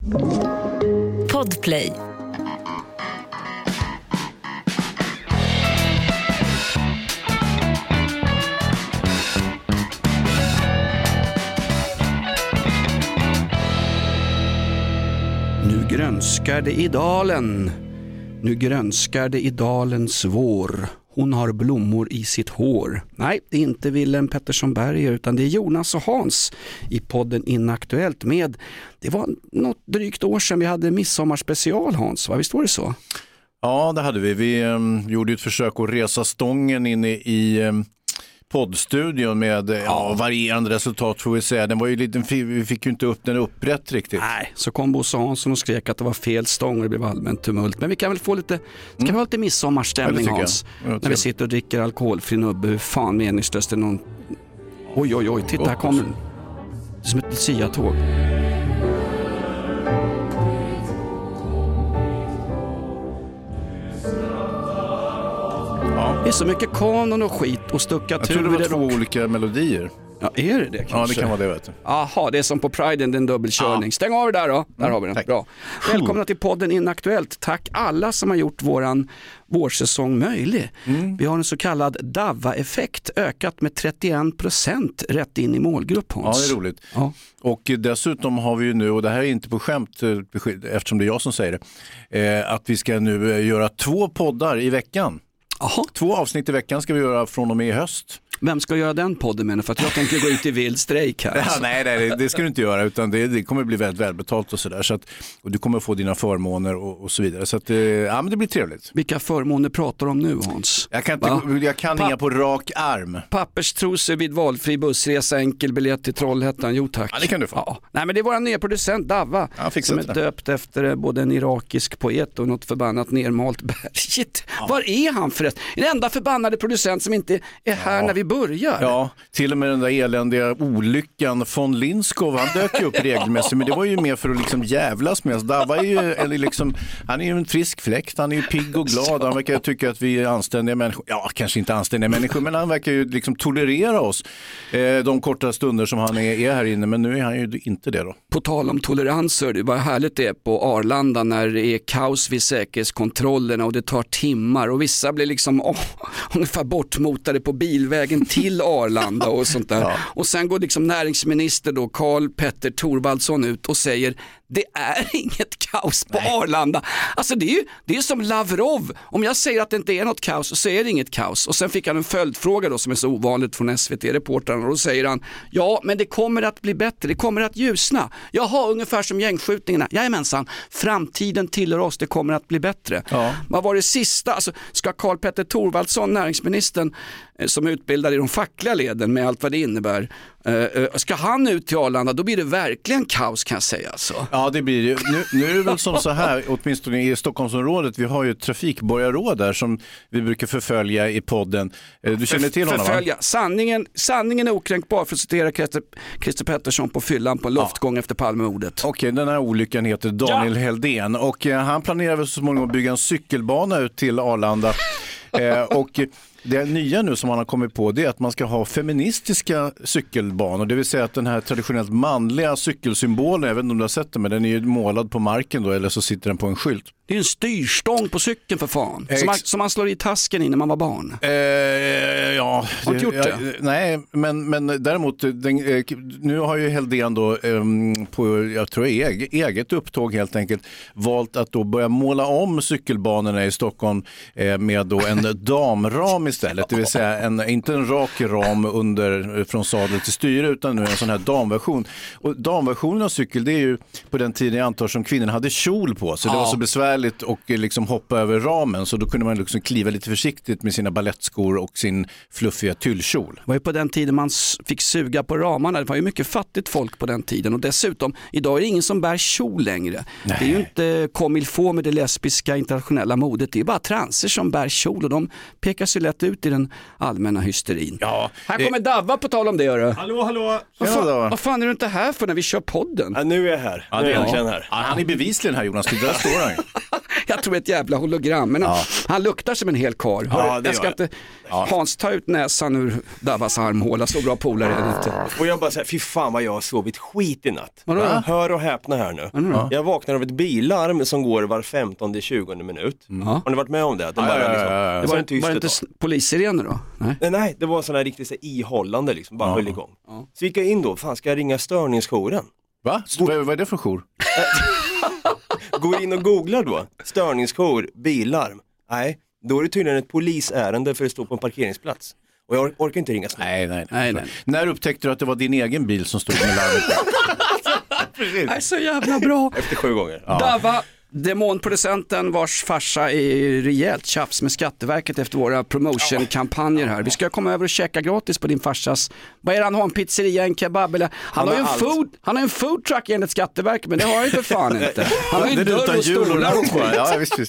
Podplay. Nu grönskar det i dalen. Nu grönskar det i dalens vår. Hon har blommor i sitt hår. Nej, det är inte Willem Pettersson Berger utan det är Jonas och Hans i podden Inaktuellt med. Det var något drygt år sedan vi hade midsommarspecial, Hans. Va? Visst var det så? Ja, det hade vi. Vi gjorde ett försök att resa stången in i poddstudion med varierande resultat får vi säga. Den var ju lite, vi fick ju inte upp den upprätt riktigt. Nej, så kom Bosse Hansson och skrek att det var fel stång och det blev allmänt tumult. Men vi kan väl få lite, ska vi ha lite midsommarstämning, Hans? När vi sitter och dricker alkoholfri nubbe, hur fan meningslöst är någon... Oj, titta här kommer den. Som ett Lucia-tåg. Det är så mycket kanon och skit och stuckaturer. Jag tror det var två olika melodier. Ja, är det kanske? Ja, det kan vara det, vet du. Jaha, det är som på Priden, det är en dubbelkörning. Stäng av det där då. Där har vi den. Tack. Bra. Välkomna till podden Inaktuellt. Tack alla som har gjort vårsäsong möjlig. Vi har en så kallad DAVA-effekt ökat med 31% rätt in i målgrupp, Hans. Ja, det är roligt. Ja. Och dessutom har vi ju nu, och det här är inte på skämt eftersom det är jag som säger det, att vi ska nu göra 2 poddar i veckan. Aha. 2 avsnitt i veckan ska vi göra från och med i höst. Vem ska göra den podden, menar? För att jag tänker gå ut i vild strejk här. Ja, nej, det ska du inte göra, utan det kommer bli väldigt välbetalt och sådär. Så och du kommer få dina förmåner och så vidare. Så att, men det blir trevligt. Vilka förmåner pratar du om nu, Hans? Jag kan inga på rak arm. Papperstrosor vid valfri bussresa, enkel biljett till Trollhättan. Jo tack. Ja, det kan du få. Ja. Nej, men det är vår nya producent Dava som är döpt efter både en irakisk poet och något förbannat nermalt berget. Ja. Var är han förresten? Den enda förbannade producent som inte är här när vi börjar. Ja, till och med den där eländiga olyckan von Lindskov, han dök ju upp regelmässigt, men det var ju mer för att liksom jävlas med oss. Dava är ju, eller liksom, han är ju en frisk fläkt, han är ju pigg och glad, han verkar tycka att vi är anständiga människor. Ja, kanske inte anständiga människor, men han verkar ju liksom tolerera oss de korta stunder som han är här inne, men nu är han ju inte det då. På tal om toleranser, det var härligt det är på Arlanda när det är kaos vid säkerhetskontrollerna och det tar timmar och vissa blir liksom ungefär bortmotade på bilvägen till Arlanda och sånt där. Ja. Och sen går liksom näringsminister då Karl Petter Thorwaldsson ut och säger det är inget kaos på Arlanda. Alltså det är som Lavrov. Om jag säger att det inte är något kaos så är det inget kaos. Och sen fick han en följdfråga då som är så ovanligt från SVT-reportern och då säger han ja, men det kommer att bli bättre, det kommer att ljusna. Jaha, ungefär som gängskjutningarna. Jajamensan, framtiden tillhör oss, det kommer att bli bättre. Ja. Vad var det sista? Alltså, ska Karl Petter Thorwaldsson, näringsministern som utbildar i de fackliga leden med allt vad det innebär, ska han ut till Arlanda, då blir det verkligen kaos kan jag säga. Alltså. Ja, det blir det. Nu är det väl som så här, åtminstone i Stockholmsområdet, vi har ju ett trafikborgarråd där som vi brukar förfölja i podden. Du känner till honom, förfölja. Va? Sanningen är okränkbar, för att citera Christer Pettersson på fyllan på en loftgång efter Palmemordet. Okej, den här olyckan heter Daniel Heldén och han planerar väl så småningom att bygga en cykelbana ut till Arlanda. Och det nya nu som man har kommit på, det är att man ska ha feministiska cykelbanor. Det vill säga att den här traditionellt manliga cykelsymbolen, jag vet inte om du har sett den, men den är ju målad på marken då, eller så sitter den på en skylt. Det är en styrstång på cykeln för fan. Som man slår i tasken in när man var barn. Ja. Har du gjort det? Nej, men däremot nu har ju Heldén då på, jag tror eget upptåg helt enkelt, valt att då börja måla om cykelbanorna i Stockholm med då en damram istället. Det vill säga inte en rak ram från sadel till styre, utan nu en sån här damversion. Och damversionen av cykel, det är ju på den tiden jag antar som kvinnor hade kjol på. Så det var så besvärligt och liksom hoppa över ramen, så då kunde man liksom kliva lite försiktigt med sina ballettskor och sin fluffiga tyllkjol. Det var ju på den tiden man fick suga på ramarna. Det var ju mycket fattigt folk på den tiden, och dessutom, idag är det ingen som bär kjol längre. Nej. Det är ju inte comme il faut med det lesbiska internationella modet. Det är bara transer som bär kjol och de pekar sig lätt ut i den allmänna hysterin. Ja, här kommer Dava på tal om det, gör. Hallå. Vad fan är du inte här för när vi kör podden? Ja, nu är jag här. Ja, nu är jag här. Ja, han är bevisligen här, Jonas. Där står han. Jag tror ett jävla hologram. Men han luktar som en hel karl. Jag ska inte... Hans, ta ut näsan ur Davas armhåla. Så bra polare är det inte. Och jag bara säger, fy fan vad jag har sovit skit i natt. Hör och häpna här nu. Jag vaknar av ett bilarm som går var 15-20 minut. Har ni varit med om det? Det var det inte polissirener då? Nej, det var sån här riktigt så ihållande liksom, bara höll igång. Så gick jag in då, fan ska jag ringa störningsjouren? Va? Vad är det för jour? Går in och googlar då, störningsjour, bilarm. Nej, då är det tydligen ett polisärende för att stå på en parkeringsplats. Och jag orkar inte ringa snart. Nej. När upptäckte du att det var din egen bil som stod med larmet? Det är så jävla bra. Efter 7 gånger. Dava, demonproducenten vars farsa är rejält tjafs med Skatteverket efter våra promotion-kampanjer här. Vi ska komma över och käka gratis på din farsas. Vad är det han har? En pizzeria, en kebab? Eller? Han har en food truck enligt Skatteverket, men det har han ju för fan inte. Han har ju dörr och stolar och skit. Ja, visst.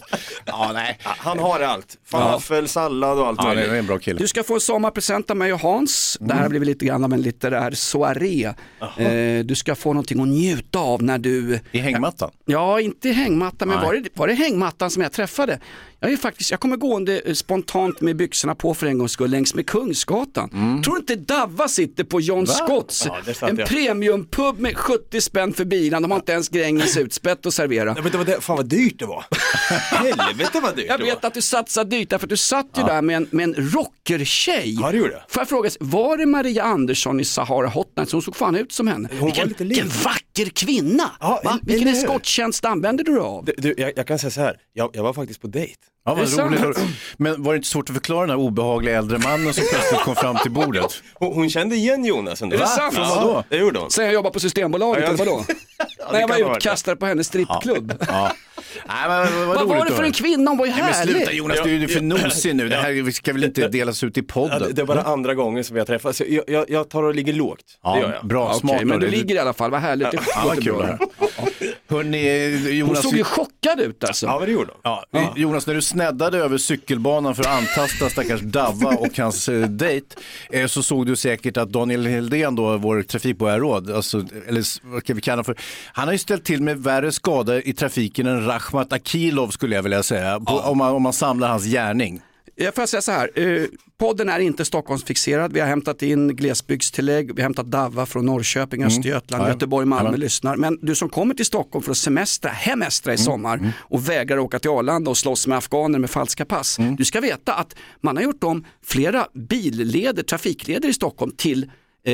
Han har allt. Falafel, sallad och allt möjligt. Det är en bra kille. Du ska få en sommarpresent av mig och Hans. Det här blir väl lite grann av en litterär soaré. Du ska få någonting att njuta av när du... I hängmattan? Ja, inte i hängmattan. Men var det hängmattan som jag träffade? Jag kommer gående spontant med byxorna på för en gångs skull längs med Kungsgatan. Tror inte Dava sitter på John Scotts? En premiumpub med 70 spänn för bilen. De har inte ens Grängens utspett att servera. Nej, men fan vad dyrt det var. Helvete vad dyrt det var. Jag vet att du satsade dyrt för att du satt ju där med en rockertjej. Ja, det gjorde jag. Får jag fråga, var det Maria Andersson i Sahara Hot Nights? Hon såg fan ut som henne. Vilken vacker kvinna. Vilken eskorttjänst använder du av? Jag kan säga så här, jag var faktiskt på dejt. Ja, vad roligt. Men var det inte svårt att förklara den här obehagliga äldre mannen som plötsligt kom fram till bordet? Hon kände igen Jonas ändå. Är det sant? Vadå? Det gjorde hon. Sen jag jobbade på Systembolaget, eller vadå? När jag var utkastad på hennes strippklubb. Nej, men vad var det för en kvinna? Hon var ju härlig. Men sluta Jonas, du är ju för nosig nu. Det här ska väl inte delas ut i podden. Det är bara andra gången som vi har träffats. Jag tar och ligger lågt. Det gör jag. Bra, smart. Men du ligger i alla fall, vad härligt. Det var kul det här. Hörrni, Jonas, hon såg ju chockad ut alltså. Ja, vad det gjorde hon. Jonas, när du sneddade över cykelbanan för att antasta stackars Dava och hans dejt, så såg du säkert att Daniel Heldén då, vår trafikborgarråd, alltså, eller vad kan vi kalla för, han har ju ställt till med värre skador i trafiken än Rahmat Akilov skulle jag vilja säga, om man samlar hans gärning. Jag får säga så här, podden är inte Stockholmsfixerad. Vi har hämtat in glesbygdstillägg, vi har hämtat Dava från Norrköping, Östergötland, Göteborg, Malmö lyssnar. Men du som kommer till Stockholm för att hemestra i sommar och vägrar åka till Arlanda och slåss med afghaner med falska pass. Du ska veta att man har gjort om flera trafikleder i Stockholm till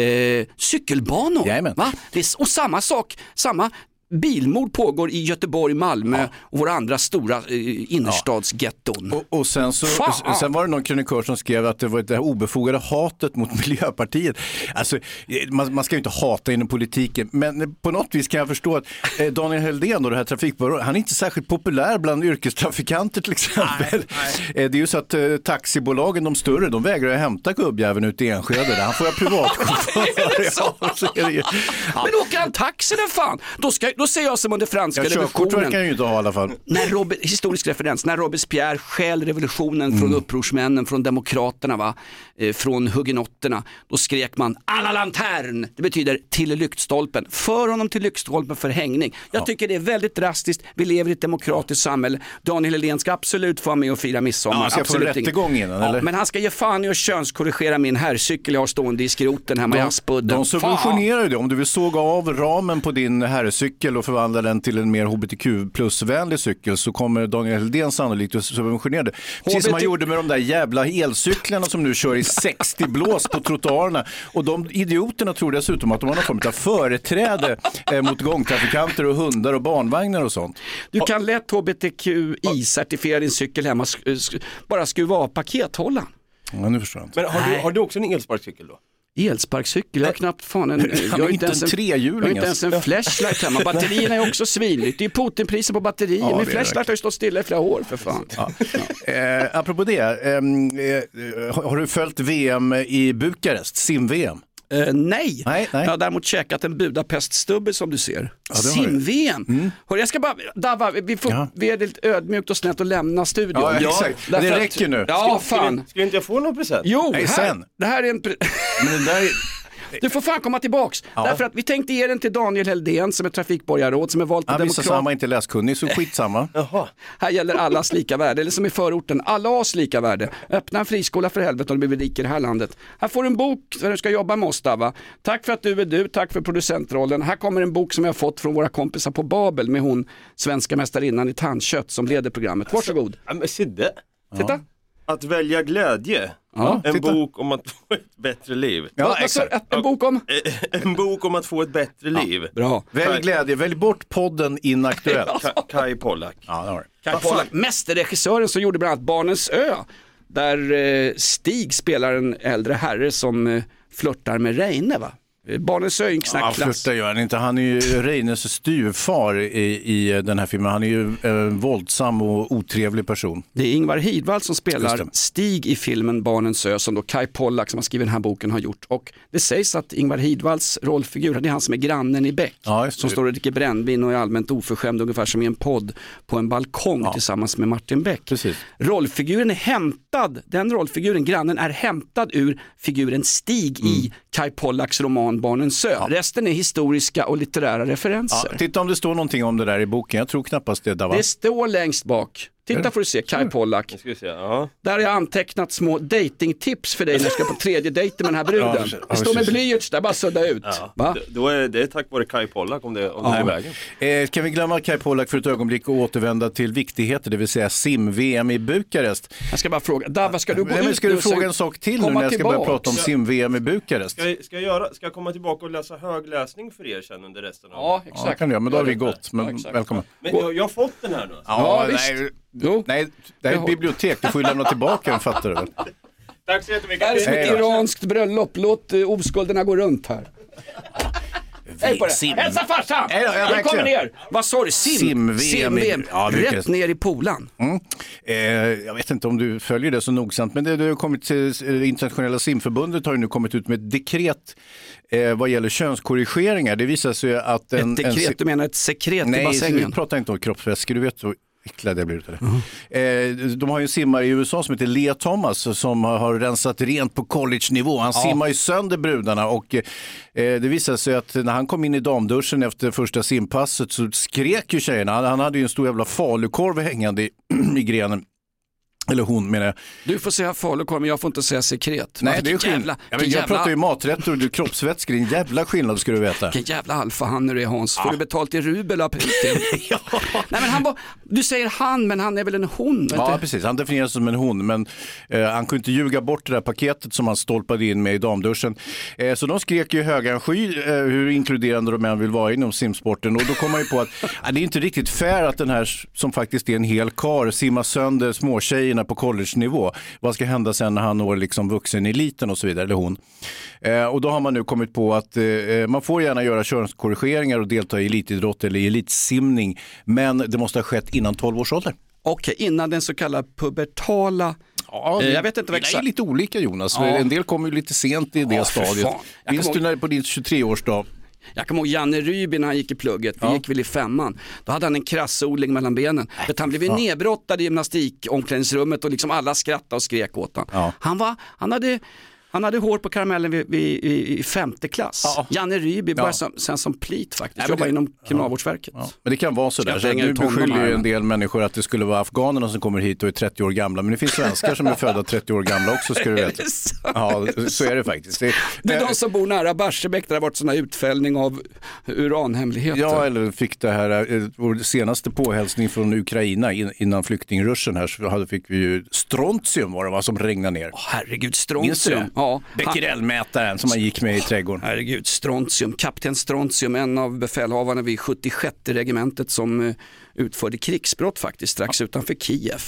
cykelbanor. Va? Och samma sak, bilmord pågår i Göteborg, Malmö och våra andra stora innerstadsgetton. Och sen var det någon krönikör som skrev att det var det här obefogade hatet mot Miljöpartiet. Alltså, man ska ju inte hata inom politiken, men på något vis kan jag förstå att Daniel Heldén och det här trafikborgarrådet, han är inte särskilt populär bland yrkestrafikanter till exempel. Nej. Det är ju så att taxibolagen, de större, de vägrar att hämta gubbjäveln ut i Enskede. Där han får ha privatchaufför. Men åker han taxi där fan? Då ser jag som under franska revolutionen. Kan jag ju inte ha i alla fall. Historisk referens, när Robespierre skäl revolutionen från upprorsmännen, från demokraterna, från hugenotterna, då skrek man alla lantern. Det betyder till lyktstolpen. För honom till lyktstolpen för hängning. Jag tycker det är väldigt drastiskt. Vi lever i ett demokratiskt samhälle. Daniel Heldén ska absolut få med och fira midsommar. Ska få rättegång innan, eller? Men han ska ge fan i att könskorrigera min herrcykel jag har stående i skroten hemma i Aspudden. De subventionerar ju det. Om du vill såga av ramen på din herrcykel och förvandla den till en mer HBTQ plus-vänlig cykel, så kommer Daniel Heldén sannolikt att subventionera det. Precis som han gjorde med de där jävla elcyklarna som nu kör i 60 blås på trottoarerna. Och de idioterna tror dessutom att de har någon form av företräde mot gångtrafikanter och hundar och barnvagnar och sånt. Du kan lätt HBTQI-certifiera din cykel hemma, bara skruva av pakethållaren. Ja, nu förstår jag inte. Men har du också en elsparkcykel då? elsparkcykel, jag har knappt fan jag har inte ens en flashlight hemma. Batterierna är också svinligt. Det är Putinpriser på batterier. Ja, min flashlight har ju stått stilla i flera år för fan. Ja. Apropå det, har du följt VM i Bukarest, sim-VM? Nej. Jag har däremot käkat en Budapest-stubbe som du ser. Ja, sim-VM. Jag ska bara, Dava, vi är lite ödmjukt och snällt att lämna studion. Ja, exakt. Det räcker nu. Ja, fan. Skulle inte jag få någon present? Jo, sen. Det här är en Men den där Du får fan komma tillbaks. Därför att vi tänkte ge den till Daniel Heldén som är trafikborgarråd som är valt på demokrat. Han var inte läskunnig, så skitsamma. Här gäller allas lika värde, eller som i förorten, alla has lika värde. Öppna en friskola för helvete om du blir rik i det här landet. Här får du en bok där du ska jobba med oss, va? Tack för att du är du, tack för producentrollen. Här kommer en bok som jag har fått från våra kompisar på Babel med hon svenska mästarinnan i tandkött som leder programmet. Varsågod. Men se det. Titta. Att välja glädje. En bok om att få ett bättre liv. En bok om? En bok om att få ett bättre liv. Bra. Välj glädje, välj bort podden Inaktuellt. Kai Pollak. Kai Pollak, mästerregissören som gjorde bland annat Barnens ö. Där Stig spelar en äldre herre som flörtar med Reine, va? Barnens ö, flörtar gör han inte. Han är ju Reines styvfar i den här filmen. Han är ju en våldsam och otrevlig person. Det är Ingvar Hidvall som spelar Stig i filmen Barnens ö som då Kai Pollak som har skrivit den här boken har gjort. Och det sägs att Ingvar Hidvalls rollfigur, det är han som är grannen i Bäck. Som står och dricker brännvin och är allmänt oförskämd ungefär som i en podd på en balkong tillsammans med Martin Beck. Precis. Rollfiguren är hämtad, den rollfiguren, grannen, är hämtad ur figuren Stig i Kai Pollaks roman Barnens ö. Resten är historiska och litterära referenser. Titta om det står någonting om det där i boken. Jag tror knappast det. Det står längst bak. Titta får du se, Kai Pollak. Där har jag antecknat små datingtips för dig när jag ska på tredje dejten med den här bruden. Det står med blyerts där, bara sudda ut. Va? Då är det tack vare Kai Pollak om det är vägen. Kan vi glömma Kai Pollak för ett ögonblick och återvända till viktigheter, det vill säga sim-VM i Bukarest. Jag ska bara fråga, Dava, ska du gå ut? Ska du fråga en sak till nu när jag ska börja prata om sim-VM i Bukarest? Ska jag komma tillbaka och läsa högläsning för er sen under resten av... Ja, exakt. Ja, kan jag, men då har vi gått. Men välkommen. Men jag har fått den här nu. Ja, nej, det här är ett bibliotek, du får ju lämna tillbaka den, fattar du väl? Tack så jättemycket. Det här är som ett iranskt bröllop, låt oskulderna gå runt här. Hej på det. Hälsa farsan! Jag kommer ner. Vad sa du? Sim-VM. Rätt ner i Polan. Jag vet inte om du följer det så nogsamt, men det har kommit till internationella simförbundet har ju nu kommit ut med ett dekret vad gäller könskorrigeringar. Det visar sig att ett dekret, du menar ett sekret i bassängen? Nej, vi pratar inte om kroppsvätskor, du vet så äcklad jag blir utav det. De har ju en simmare i USA som heter Lea Thomas som har rensat rent på college-nivå. Han simmar ju sönder brudarna och det visade sig att när han kom in i damduschen efter första simpasset så skrek ju tjejerna. Han hade ju en stor jävla falukorv hängande i grenen. Eller hon menar jag. Du får säga falukorv men jag får inte säga sekret. Nej, det är skillnad. Jag pratar ju maträtter och du kroppsvätskor. Det är en jävla skillnad ska du veta. Vilken jävla alfa han nu är, Hans. Får du betalt i rubel av Putin? Nej, men du säger han, men han är väl en hon? Ja, precis. Han definieras som en hon. Men han kunde inte ljuga bort det där paketet som han stolpade in med i damduschen. Så de skrek ju högan sky hur inkluderande de män vill vara inom simsporten. Och då kom man ju på att det är inte riktigt fair att den här som faktiskt är en hel kar simmar sönder småtjejerna på college-nivå. Vad ska hända sen när han når liksom vuxeneliten och så vidare, eller hon. Och då har man nu kommit på att man får gärna göra könskorrigeringar och delta i elitidrott eller elitsimning, men det måste ha skett innan 12 års ålder. Okej, innan den så kallade pubertala... Ja, jag vet inte vad exakt. Det är lite olika, Jonas. Ja. En del kommer ju lite sent i det stadiet. Minns du när på din 23-årsdag? Jag kommer ihåg Janne Ryby när han gick i plugget. Vi gick väl i 5:an. Då hade han en krassodling mellan benen. Han blev ju nedbrottad i gymnastikomklädningsrummet och liksom alla skrattade och skrek åt honom. Han hade hår på karamellen i 5:e klass. Ja. Janne Ryby började sen som plit faktiskt. Jobbar inom Kriminalvårdsverket. Ja. Men det kan vara så där. Nu beskyller ju en del människor att det skulle vara afghanerna som kommer hit och är 30 år gamla. Men det finns svenskar som är födda 30 år gamla också, ska du veta. Ja, så är det faktiskt. Det är de som bor nära Barsebäck där det har varit sådana utfällning av uranhemligheter. Ja, eller fick det här, vår senaste påhälsning från Ukraina innan flyktingruschen här, så fick vi ju strontium var det var som regnade ner. Herregud, strontium. Ja, becquerelmätaren som man gick med i trädgården. Herregud, strontium. Kapten Strontium, en av befälhavarna vid 76:e regementet som utförde krigsbrott faktiskt strax utanför Kiev.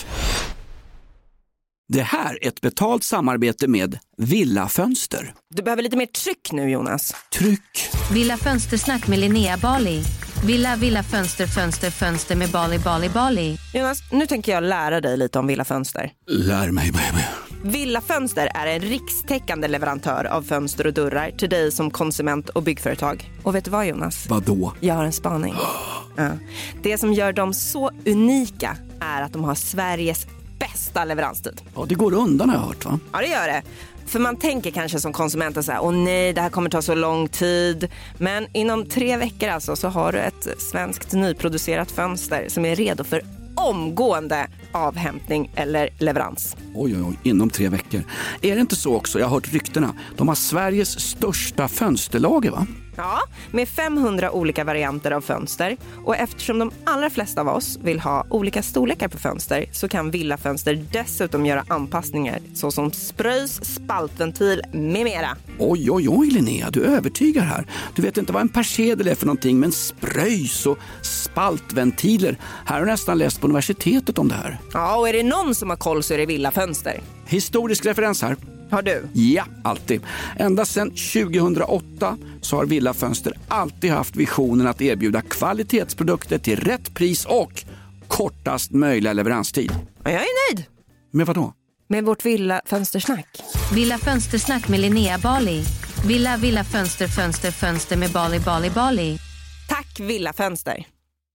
Det här är ett betalt samarbete med Villa Fönster. Du behöver lite mer tryck nu, Jonas. Tryck. Villa Fönstersnack med Linnea Bali. Villa Fönster med Bali. Jonas, nu tänker jag lära dig lite om Villa Fönster. Lär mig, baby. Villa Fönster är en rikstäckande leverantör av fönster och dörrar till dig som konsument och byggföretag. Och vet du vad, Jonas? Vadå? Jag har en spaning. Ja. Det som gör dem så unika är att de har Sveriges bäst bästa leveranstid. Ja, det går undan har jag hört, va? Ja, det gör det. För man tänker kanske som konsument så här, åh nej, det här kommer ta så lång tid. Men inom 3 veckor alltså så har du ett svenskt nyproducerat fönster som är redo för omgående avhämtning eller leverans. Oj, inom 3 veckor. Är det inte så också? Jag har hört ryktena. De har Sveriges största fönsterlager, va? Ja, med 500 olika varianter av fönster. Och eftersom de allra flesta av oss vill ha olika storlekar på fönster så kan Villa Fönster dessutom göra anpassningar såsom spröjs, spaltventil med mera. Oj, Linnea, du övertygar här. Du vet inte vad en persedel är för någonting, men spröjs och spaltventiler. Här har jag nästan läst på universitetet om det här. Ja, och är det någon som har koll så är det Villa Fönster. Historisk referens här. Har du? Ja, alltid. Ända sedan 2008 så har Villa Fönster alltid haft visionen att erbjuda kvalitetsprodukter till rätt pris och kortast möjliga leveranstid. Ja, jag är nöjd. Med vad då? Med vårt Villa Fönstersnack. Villa Fönstersnack med Linnea Bali. Villa fönster med Bali. Tack Villa Fönster.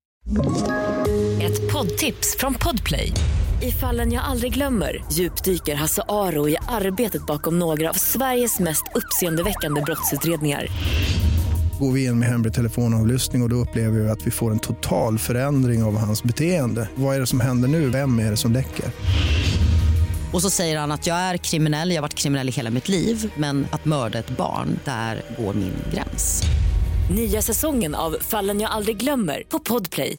Ett poddtips från Podplay. I Fallen jag aldrig glömmer djupdyker Hasse Aro i arbetet bakom några av Sveriges mest uppseendeväckande brottsutredningar. Går vi in med hemlig telefonavlyssning och då upplever vi att vi får en total förändring av hans beteende. Vad är det som händer nu? Vem är det som läcker? Och så säger han att jag är kriminell, jag har varit kriminell i hela mitt liv. Men att mörda ett barn, där går min gräns. Nya säsongen av Fallen jag aldrig glömmer på Podplay.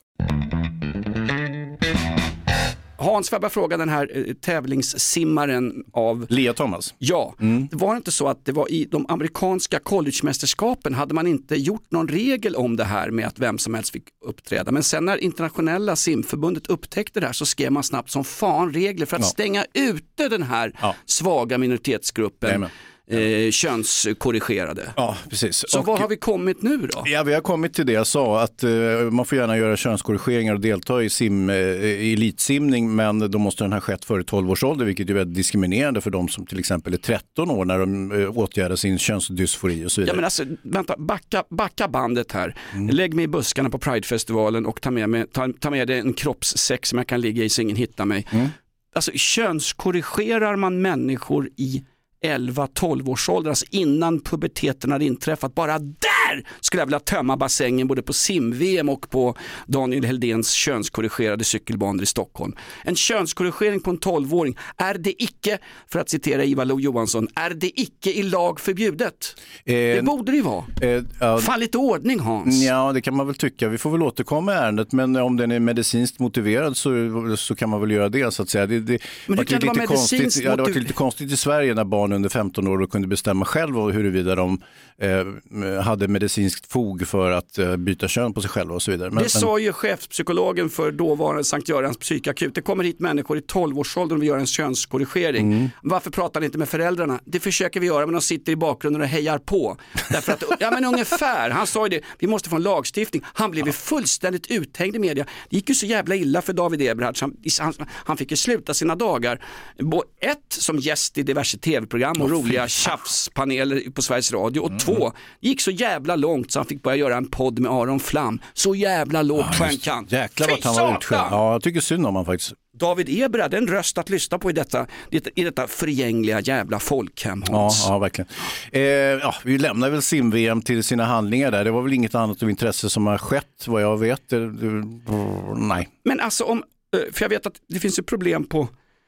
Hans, får jag bara fråga den här tävlingssimmaren av... Lia Thomas. Ja, det var inte så att det var i de amerikanska collegemästerskapen hade man inte gjort någon regel om det här med att vem som helst fick uppträda. Men sen när internationella simförbundet upptäckte det här så skrev man snabbt som fan regler för att stänga ute den här svaga minoritetsgruppen. Könskorrigerade. Ja, precis. Så vad har vi kommit nu då? Ja, vi har kommit till det jag sa, att man får gärna göra könskorrigeringar och delta i elitsimning, men då måste den ha skett före 12 års ålder, vilket är väldigt diskriminerande för de som till exempel är 13 år när de åtgärdar sin könsdysfori och så vidare. Ja, men alltså, vänta, backa bandet här. Lägg mig i buskarna på Pridefestivalen och ta med det en kroppssäck som jag kan ligga i så ingen hittar mig. Alltså, könskorrigerar man människor i 11-12 års ålder, alltså innan puberteten hade inträffat. Bara där skulle jag vilja tömma bassängen både på sim-VM och på Daniel Heldéns könskorrigerade cykelbanor i Stockholm. En könskorrigering på en 12-åring, är det icke, för att citera Ivar Lo-Johansson, är det icke i lag förbjudet? Det borde det vara. Fall lite ordning, Hans. Ja, det kan man väl tycka. Vi får väl återkomma i ärendet, men om den är medicinskt motiverad så kan man väl göra det, så att säga. Det var lite konstigt i Sverige när barn under 15 år kunde bestämma själva huruvida de hade medicinskt fog för att byta kön på sig själva och så vidare. Sa ju chefspsykologen för dåvarande Sankt Görans psykakut. Det kommer hit människor i 12-årsåldern och vi gör en könskorrigering. Varför pratar ni inte med föräldrarna? Det försöker vi göra, men de sitter i bakgrunden och hejar på. Därför att, ja men ungefär, han sa ju det, vi måste få en lagstiftning. Han blev ju fullständigt uthängd i media. Det gick ju så jävla illa för David Eberhardt. Han fick ju sluta sina dagar. Som gäst i diverse tv-program och roliga tjafspaneler på Sveriges Radio. Och 2, gick så jävla långt så han fick börja göra en podd med Aron Flam. Så jävla lågt på en kant. Jäklar vad han var utskälld. Ja, jag tycker synd om han faktiskt. David Eberhardt, en röst att lyssna på i detta förgängliga jävla folkhem, Hans. Ja, verkligen. Vi lämnar väl sim-VM till sina handlingar där. Det var väl inget annat av intresse som har skett, vad jag vet. Nej. Men alltså, för jag vet att det finns ett problem på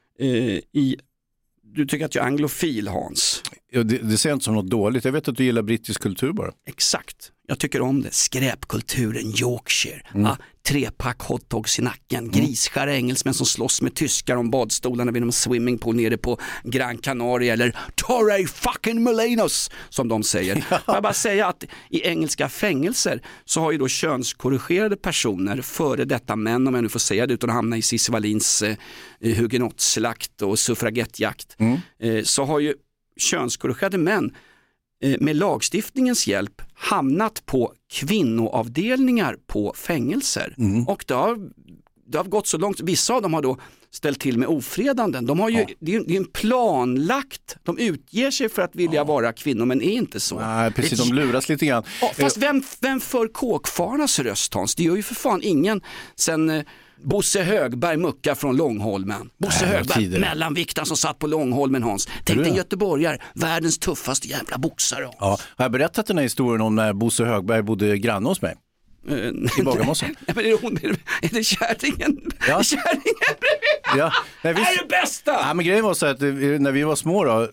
du tycker att jag är anglofil, Hans. Det ser inte som något dåligt. Jag vet att du gillar brittisk kultur bara. Exakt. Jag tycker om det. Skräpkulturen, Yorkshire. 3-pack hotdogs i nacken. Griskära engelsmän som slåss med tyskar om badstolarna vid en swimmingpool nere på Gran Canaria. Eller Torrey fucking Molinos, som de säger. Jag bara säga att i engelska fängelser så har ju då könskorrigerade personer, före detta män, om jag nu får säga det utan att hamna i Cissi Wallins hugenotslakt och suffragettjakt, så har ju könskorrigerade män med lagstiftningens hjälp hamnat på kvinnoavdelningar på fängelser. Och det har gått så långt. Vissa av dem har då ställt till med ofredanden. De har ju, det är en planlagt. De utger sig för att vilja vara kvinnor, men är inte så. Nej, precis. De luras lite grann. Fast vem för kåkfarnas röst, Hans? Det gör ju för fan ingen sen Bosse Högberg muckar från Långholmen. Bosse Högberg, mellanviktaren som satt på Långholmen, Hans. Tänk dig göteborgare, världens tuffaste jävla boxare. Ja, har jag berättat den här historien om när Bosse Högberg bodde granne hos mig? I Bagarmossen. Ja, men är det kärringen? Ja. Kärringen bredvid? Ja. Nej, det är det bästa! Ja, men grejen var så att när vi var små då,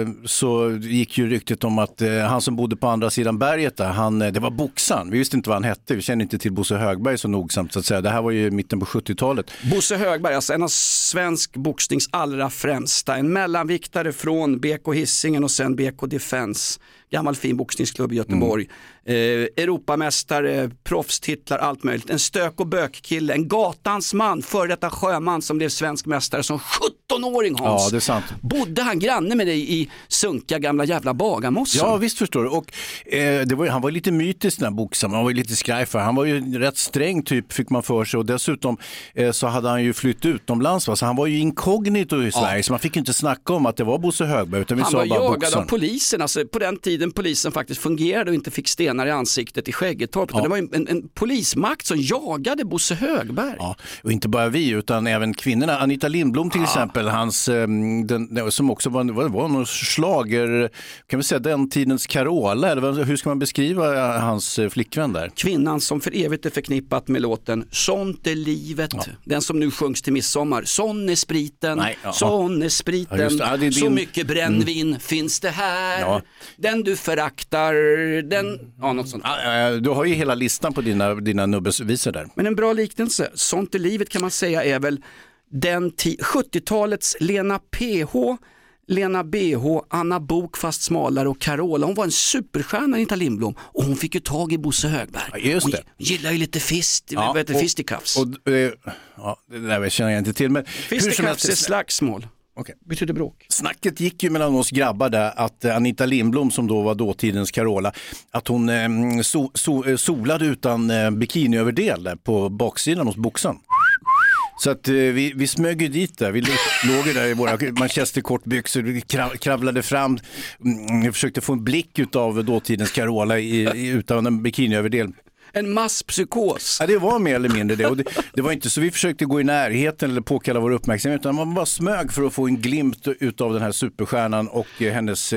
så gick ju ryktet om att han som bodde på andra sidan berget där, det var boxaren. Vi visste inte vad han hette, vi kände inte till Bosse Högberg så nogsamt så att säga. Det här var ju mitten på 70-talet. Bosse Högberg, alltså en av svensk boxnings allra främsta. En mellanviktare från BK Hisingen och sen BK Defense. Gammal fin boxningsklubb i Göteborg. Europamästare, proffstitlar, allt möjligt. En stök- och bökkille, en gatans man, före detta sjöman som blev svensk mästare som 17-åring, Hans. Ja, det är sant. Bodde han granne med dig i sunkiga gamla jävla Bagarmossen? Ja, visst förstår du. Och han var lite mytisk den här boxaren, han var ju lite skraj för. Han var ju rätt sträng typ, fick man för sig. Och dessutom så hade han ju flytt utomlands. Så han var ju inkognito i Sverige, så man fick inte snacka om att det var Bosse Högberg. Utan han var jagad av polisen, alltså på den tiden polisen faktiskt fungerade och inte fick stenar i ansiktet i Skäggetorp. Det var en polismakt som jagade Bosse Högberg. Ja, och inte bara vi utan även kvinnorna. Anita Lindblom till exempel, hans, som också var någon slager, kan vi säga den tidens Carola, eller hur ska man beskriva hans flickvän där? Kvinnan som för evigt är förknippat med låten Sånt är livet, den som nu sjungs till midsommar. Sån är spriten, sån är spriten, så mycket brännvin finns det här, den du föraktar, den, något sånt. Du har ju hela listan på dina nubbesvisor där. Men en bra liknelse, Sånt är livet kan man säga är väl den 70-talets Lena PH, Lena BH, Anna Bok fast smalare och Carola. Hon var en superstjärna, Anita Lindblom, och hon fick ju tag i Bosse Högberg. Ja, just det. Hon gillar ju lite fisticuffs. Det där känner jag inte till. Men fisticuffs är slagsmål. Okay. Betyder bråk. Snacket gick ju mellan oss grabbar där att Anita Lindblom, som då var dåtidens Carola, att hon solade utan bikiniöverdel där på baksidan hos boxaren. Så att vi smög ju dit där, vi låg där i våra manchesterkortbyxor, vi kravlade fram, försökte få en blick av dåtidens Carola utan en bikiniöverdel. En masspsykos. Ja, det var mer eller mindre det. Och det var inte så vi försökte gå i närheten eller påkalla vår uppmärksamhet, utan man bara smög för att få en glimt utav den här superstjärnan och hennes,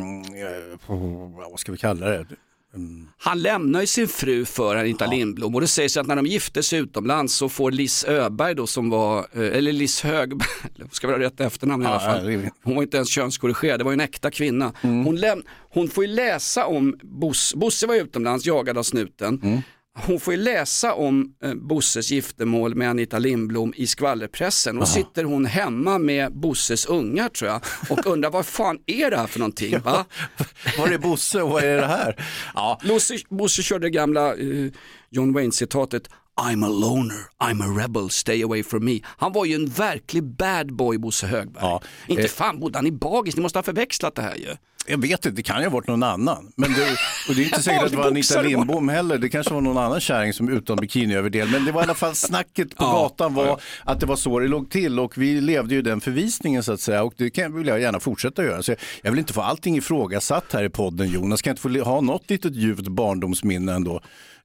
vad ska vi kalla det? Han lämnar ju sin fru för Anita Lindblom, och det sägs att när de gifte sig utomlands så får Liz Öberg då, som var, eller Liz Högberg, ska vi ha rätt efternamn i alla fall. Hon var inte ens könskorrigerad, det var ju en äkta kvinna. Hon får ju läsa om Bosse var utomlands, jagad av snuten. Hon får ju läsa om Bosses giftermål med Anita Lindblom i skvallerpressen. Och sitter hon hemma med Bosses ungar, tror jag, och undrar vad fan är det här för någonting, va? Var är Bosse och vad är det här? Ja. Bosse körde gamla John Wayne-citatet I'm a loner, I'm a rebel, stay away from me. Han var ju en verklig bad boy, Bosse Högberg. Ja. Inte fan bodde han i Bagis, ni måste ha förväxlat det här ju. Jag vet inte, det kan ju ha varit någon annan. Men och det är inte säkert att det var Anita Lindblom heller. Det kanske var någon annan kärring som utan bikiniöverdel. Men det var i alla fall snacket på gatan var att det var så det låg till. Och vi levde ju den förvisningen så att säga. Och det vill jag gärna fortsätta göra. Så jag vill inte få allting ifrågasatt här i podden, Jonas. Kan inte få ha något litet djupt barndomsminne ändå.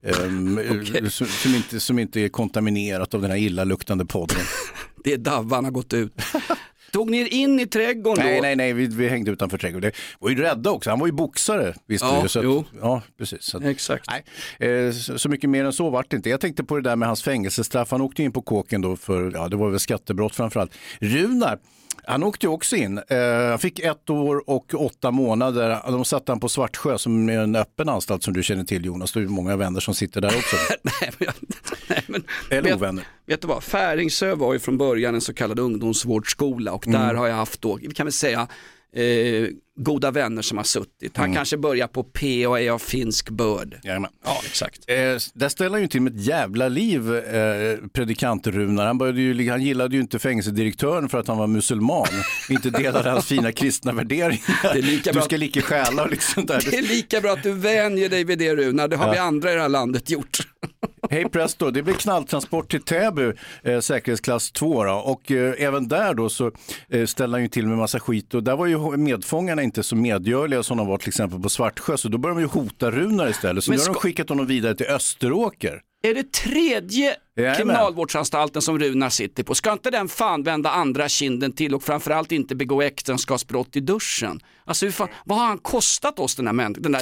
Som inte är kontaminerat av den här illaluktande podden. Det är Davvan har gått ut. Tog ni in i trädgården då? Nej, vi hängde utanför trädgården. Det var ju rädda också, han var ju boxare. Visst, ja, precis. Så att, exakt. Nej, så mycket mer än så var det inte. Jag tänkte på det där med hans fängelsestraff. Han åkte in på kåken då för, det var väl skattebrott framförallt. Runar, han åkte ju också in. Han fick 1 år och 8 månader. De satte han på Svartsjö som är en öppen anstalt som du känner till, Jonas. Det är många vänner som sitter där också. Eller ovänner. Vet du vad, Färingsö var ju från början en så kallad ungdomsvårdsskola, och där har jag haft då, vi kan väl säga, goda vänner som har suttit. Han kanske börjar på P och är av finsk börd. Jajamän. Ja, exakt. Där ställer han ju till med ett jävla liv, predikant Runar. Han gillade ju inte fängelsedirektören för att han var musulman. Inte delade hans fina kristna värderingar. Du ska lika stjäla och liksom där. Det är lika bra att du vänjer dig vid det, Runar. Det har vi andra i det här landet gjort. Hej presto, det blir knalltransport till Täby, säkerhetsklass 2 då. Och även där då så ställer han ju till med massa skit. Och där var ju medfångarna inte så medgörliga som de var till exempel på Svartsjö. Så då började de ju hota Runar istället. Så nu har de skickat honom vidare till Österåker. Är det tredje kriminalvårdsanstalten som Runar sitter på? Ska inte den fan vända andra kinden till och framförallt inte begå äktenskapsbrott i duschen? Alltså vad har han kostat oss den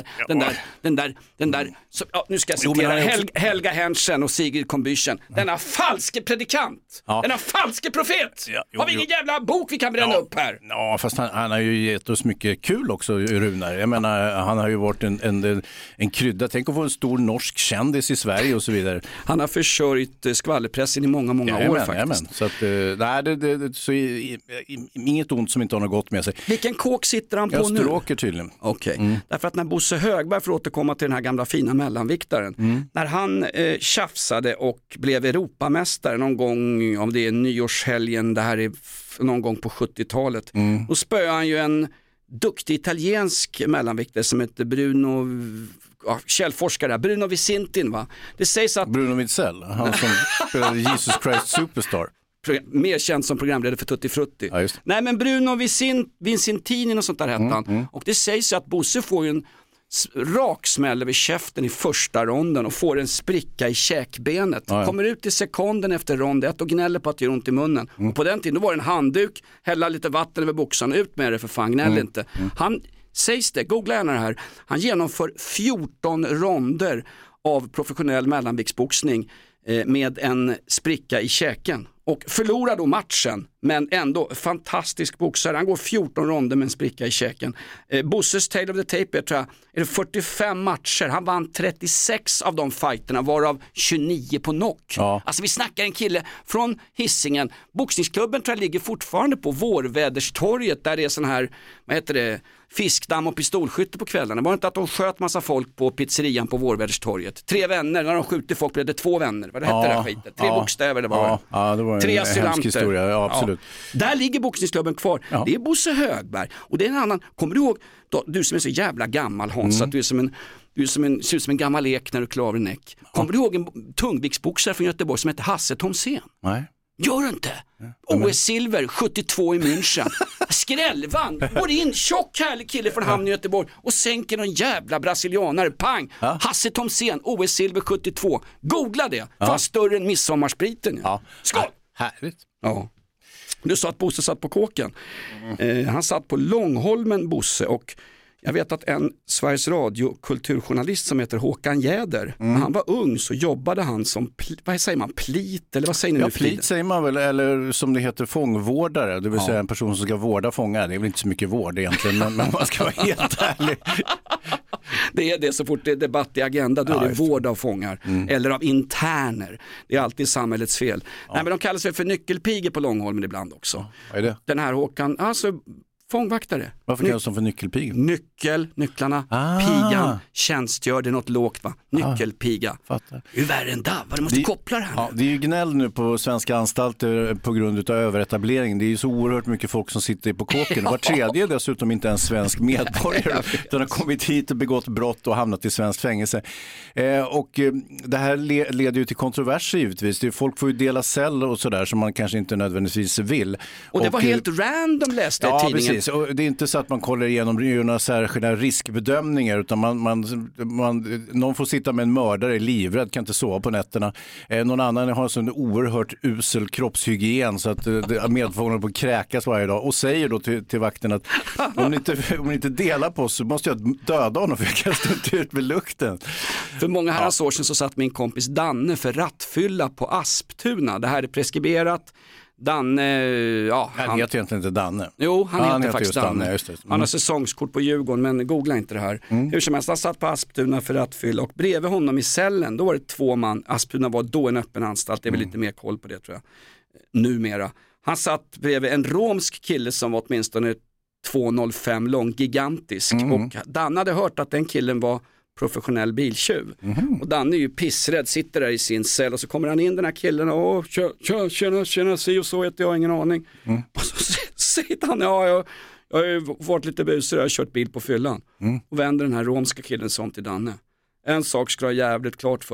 där så, nu ska jag citera Helga Henschen och Sigrid Combüchen. Denna falske predikant, denna falske profet. Har vi ingen jävla bok vi kan bränna upp här? Ja, fast han har ju gett oss mycket kul också, Runar. Jag menar, han har ju varit en krydda. Tänk att få en stor norsk kändis i Sverige och så vidare. Han har försörjt skvallerpressen i många år faktiskt. Jamen. Så att, så inget ont som inte har något gott med sig. Vilken kåk sitter han på nu? Österåker tydligen. Okej. Därför att när Bosse Högberg, för att återkomma till den här gamla fina mellanviktaren, när han tjafsade och blev Europamästare någon gång, om det är nyårshelgen, det här är någon gång på 70-talet, då spöade han ju en duktig italiensk mellanviktare som heter Bruno, källforskare, Bruno Vicentin, va? Det sägs att Bruno Witzell, han som spelade Jesus Christ Superstar. Mer känd som programledare för Tutti Frutti. Ja, nej, men Bruno Vincentini och sånt där hette han. Och det sägs att Bosse får ju en raksmäll över käften i första ronden och får en spricka i käkbenet. Kommer ut i sekunden efter rond 1 och gnäller på att det gör ont i munnen. Och på den tiden då var det en handduk, hälla lite vatten över boxarna, ut med det för fan, gnäll inte. Han, sägs det, googla gärna det här, han genomför 14 ronder av professionell mellanviktsboxning med en spricka i käken. Och förlorar då matchen, men ändå fantastisk boxare. Han går 14 ronder med en spricka i käken. Bosses Tale of the Tape, tror jag, är det 45 matcher. Han vann 36 av de fighterna, varav 29 på knock. Ja. Alltså vi snackar en kille från Hisingen. Boxningsklubben tror jag ligger fortfarande på Vårväderstorget, där det är sån här, vad heter det, fiskdamm och pistolskytte på kvällarna. Var det inte att de sköt massa folk på pizzerian på Vårväderstorget? 3 vänner, när de skjuter folk blev det 2 vänner. Vad hette det här skiten? 3 bokstäver, det var det var 3 asylanter. Ja, absolut. Där ligger boxningsklubben kvar. Det är Bosse Högberg. Och det är en annan, kommer du ihåg, du som är så jävla gammal, Hans, att du ser ut som en gammal ek när du klarar en näck. Kommer du ihåg en tungviktsboxare från Göteborg som heter Hasse Tomsén? Nej. Gör du inte? OS-silver 72 i München. Skrällvann. Går in, tjock härlig kille från hamn i Göteborg och sänker någon jävla brasilianare. Pang. Hasse Tomsén, OS-silver 72. Googla det. Fast större än midsommarspriten. Skål! Härligt. Ja. Du sa att Bosse satt på kåken. Han satt på Långholmen, Bosse, och jag vet att en Sveriges Radio kulturjournalist som heter Håkan Jäder, när han var ung så jobbade han som, vad säger man, plit, eller vad säger ni nu? Plit säger man väl, eller som det heter fångvårdare, det vill säga en person som ska vårda fångar. Det är väl inte så mycket vård egentligen, men man ska vara helt ärlig. Det är det, så fort det är debatt i agenda, då är det vård av fångar eller av interner. Det är alltid samhällets fel. Nej, men de kallas för nyckelpigor på Långholmen ibland också. Vad är det? Den här Håkan, alltså fångvaktare. Varför kallas de för nyckelpigor? Nycklarna, pigan, tjänstgör, det är något lågt, va? Nyckelpiga. Fattar. Hur värre än där? Du måste koppla det här. Ja, det är ju gnäll nu på svenska anstalter på grund av överetablering. Det är ju så oerhört mycket folk som sitter på kåken. Var tredje dessutom inte en svensk medborgare. De har kommit hit och begått brott och hamnat i svensk fängelse. Och det här leder ju till kontroverser givetvis. Folk får ju dela celler och sådär som man kanske inte nödvändigtvis vill. Och det var helt random, läste jag i tidningen. Precis. Och det är inte så att man kollar igenom några särskilda riskbedömningar, utan någon får sitta med en mördare, livrädd, kan inte sova på nätterna. Någon annan har en sån oerhört usel kroppshygien så att medfångarna på kräkas varje dag och säger då till vakten att om ni inte delar på oss så måste jag döda honom för jag kastar inte ut med lukten. För många herrans år sedan så satt min kompis Danne för rattfylla på Asptuna. Det här är preskriberat. Danne, han heter egentligen inte Danne. Jo, han heter faktiskt Danne. Han har Mm. säsongskort på Djurgården, men googla inte det här. Hur som helst, han satt på Asptuna för rattfylla och bredvid honom i cellen, då var det 2 man. Asptuna var då en öppen anstalt, det är väl lite mer koll på det tror jag. Numera. Han satt bredvid en romsk kille som var åtminstone 2,05 lång, gigantisk. Och Danne hade hört att den killen var professionell biltjuv. Och Danne är ju pissrädd, sitter där i sin cell och så kommer han in, den här killen och tjena, si och så heter jag, ingen aning. Och så säger han, jag har ju varit lite busig, jag har kört bil på fyllan. Och vänder den här romska killen som till Danne. En sak ska jag ha jävligt klart för det.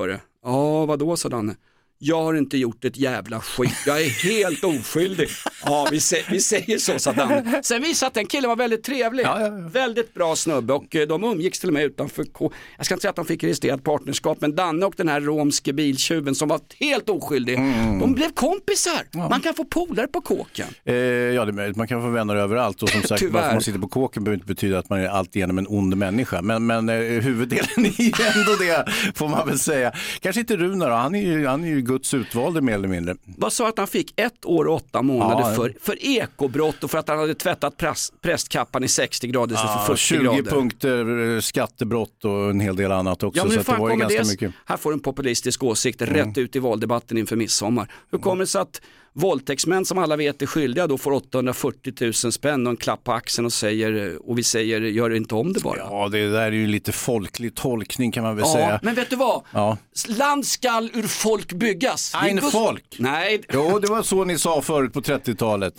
Ja, vadå, sa Danne? Jag har inte gjort ett jävla skit, jag är helt oskyldig. Ja, vi säger så, sa Danne. Sen visade att den killen var väldigt trevlig. Väldigt bra snubbe och de umgicks till och med utanför jag ska inte säga att de fick registrerat partnerskap, men Danne och den här romske biltjuven som var helt oskyldig, de blev kompisar. Man kan få polare på kåken. Ja, det är möjligt. Man kan få vänner överallt och som sagt, bara för att man sitter på kåken behöver inte betyda att man är alltigenom en ond människa. Men huvuddelen är ju ändå det, får man väl säga. Kanske inte Runar då, han är ju Guds utvalde mer eller mindre. Vad sa att han fick 1 år och 8 månader för ekobrott och för att han hade tvättat prästkappan i 60 grader så för 40 20 grader. 20 punkter, skattebrott och en hel del annat också. Ja, men så att det var ju ganska mycket. Här får en populistisk åsikt rätt ut i valdebatten inför midsommar. Hur kommer det sig att våldtäktsmän som alla vet är skyldiga då får 840 000 spänn och en klapp på axeln och vi säger gör inte om det bara? Ja, det där är ju lite folklig tolkning kan man väl säga. Men vet du vad? Land skall ur folk byggas. Ein folk? Nej. Jo, det var så ni sa förut på 30-talet.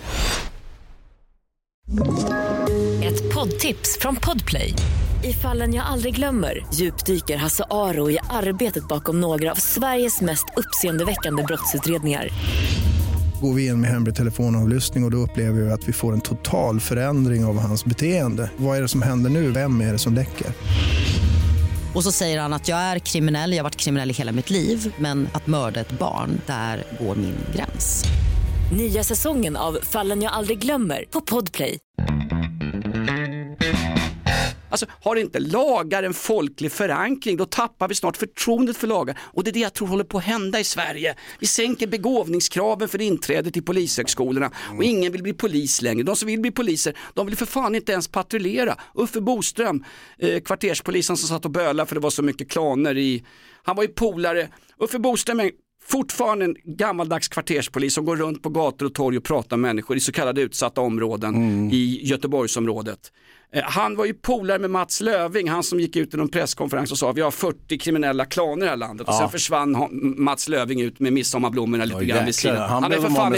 Ett poddtips från Podplay. I Fallen jag aldrig glömmer djupdyker Hasse Aro i arbetet bakom några av Sveriges mest uppseendeväckande brottsutredningar. Går vi in med hemlig telefonavlyssning och då upplever vi att vi får en total förändring av hans beteende. Vad är det som händer nu? Vem är det som läcker? Och så säger han att jag är kriminell, jag har varit kriminell i hela mitt liv. Men att mörda ett barn, där går min gräns. Nya säsongen av Fallen jag aldrig glömmer på Podplay. Alltså, har inte lagar en folklig förankring, då tappar vi snart förtroendet för lagar. Och det är det jag tror håller på att hända i Sverige. Vi sänker begåvningskraven för inträde till polishögskolorna och ingen vill bli polis längre. De som vill bli poliser, de vill för fan inte ens patrullera. Uffe Boström, kvarterspolisen som satt och bölade för det var så mycket klaner i... Han var ju polare. Uffe Boström är fortfarande en gammaldags kvarterspolis som går runt på gator och torg och pratar med människor i så kallade utsatta områden i Göteborgsområdet. Han var ju polare med Mats Löving, han som gick ut i någon presskonferens och sa vi har 40 kriminella klaner i det här landet och sen försvann Mats Löving ut med midsommarblommorna lite grann vid sidan. Han är för fan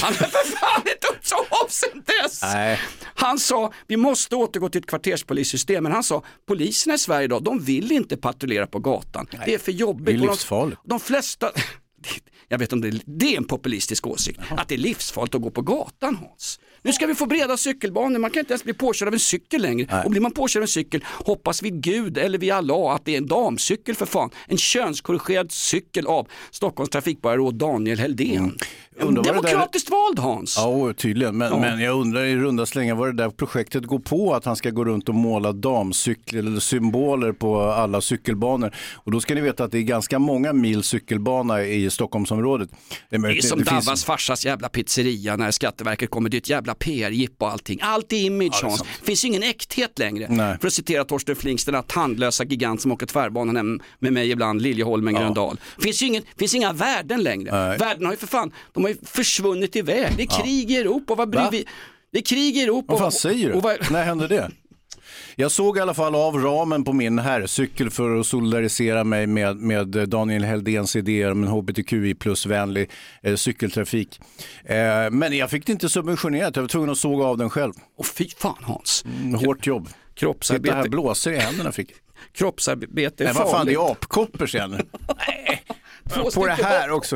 inte upp så av sen dess. Nej. Han sa vi måste återgå till ett kvarterspolissystem, men han sa poliserna i Sverige idag, de vill inte patrullera på gatan. Nej. Det är för jobbigt. Det är livsfarligt. De flesta... Jag vet om det är en populistisk åsikt. Att det är livsfarligt att gå på gatan, Hans. Nu ska vi få breda cykelbanor. Man kan inte ens bli påkörd av en cykel längre. Nej. Och blir man påkörd av en cykel, hoppas vid Gud eller vid Allah att det är en damcykel för fan. En könskorrigerad cykel av Stockholms trafikborgarråd Daniel Heldén. Demokratiskt vald, Hans. Ja, tydligen. Men jag undrar i runda slängar vad det där projektet går på, att han ska gå runt och måla damcykler eller symboler på alla cykelbanor. Och då ska ni veta att det är ganska många mil cykelbana i Stockholmsområdet. Det är som Davas farsas jävla pizzeria när Skatteverket kommer dit, jävla PR-jipp och allting. Allt är image, Hans. Det finns ju ingen äkthet längre. Nej. För att citera Torsten Flings, den här tandlösa gigant som åker tvärbanan hem med mig ibland, Liljeholmen, Gröndal. Finns inga värden längre. Nej. Värden har ju för fan, de har ju försvunnit iväg. Det är krig i Europa. Vad bryr vi? Det är krig i Europa. Vad fan säger du? När händer det? Jag såg i alla fall av ramen på min herrcykel för att solidarisera mig med Daniel Heldéns idéer om en HBTQI plus-vänlig cykeltrafik. Men jag fick det inte subventionerat. Jag var tvungen att såga av den själv. Och fy fan, Hans. Hårt jobb. Kroppsarbete. Det här blåser i händerna fick. Kroppsarbete är farligt. Vad fan, det är apkoppor sen. Nej. På det här också.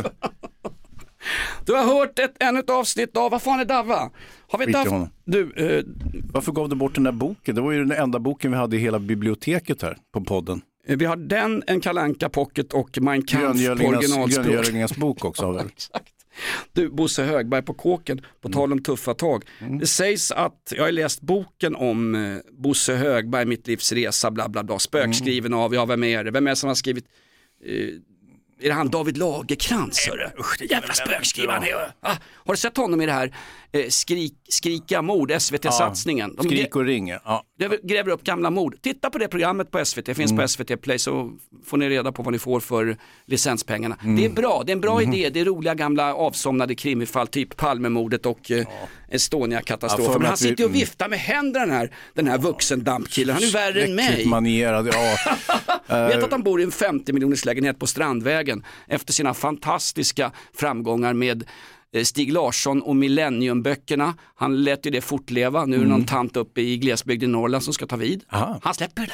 Du har hört ännu ett avsnitt av Vad fan är Dava? Har vi inte varför gav du bort den där boken? Det var ju den enda boken vi hade i hela biblioteket här på podden. Vi har en Kalle Anka Pocket och Mein Kampf på originalspråk. Gröngölingens bok också har väl? Exakt. Du, Bosse Högberg på kåken, på tal om tuffa tag. Det sägs att, jag har läst boken om Bosse Högberg, mitt livs resa, bla bla bla, spökskriven av, vem är det? Vem är det som har skrivit... Är det han David Lagerkrantz? Jävla spökskrivaren. Har du sett honom i det här Skrika mord, SVT-satsningen? Skrik och ring. Det gräver upp gamla mord. Titta på det programmet på SVT. Det finns på SVT Play, så får ni reda på vad ni får för licenspengarna. Det är bra, det är en bra idé. Det är roliga gamla avsomnade krimifall, typ Palmemordet och Estonia-katastrofen. Men han sitter och viftar med händerna, den här vuxendampkillen. Han är värre än mig. Manierad, Vet att han bor i en 50 miljoners lägenhet på Strandvägen efter sina fantastiska framgångar med Stig Larsson och Millenniumböckerna. Han lät ju det fortleva. Nu är det någon tant uppe i glesbygd i Norrland som ska ta vid. Han släpper det där.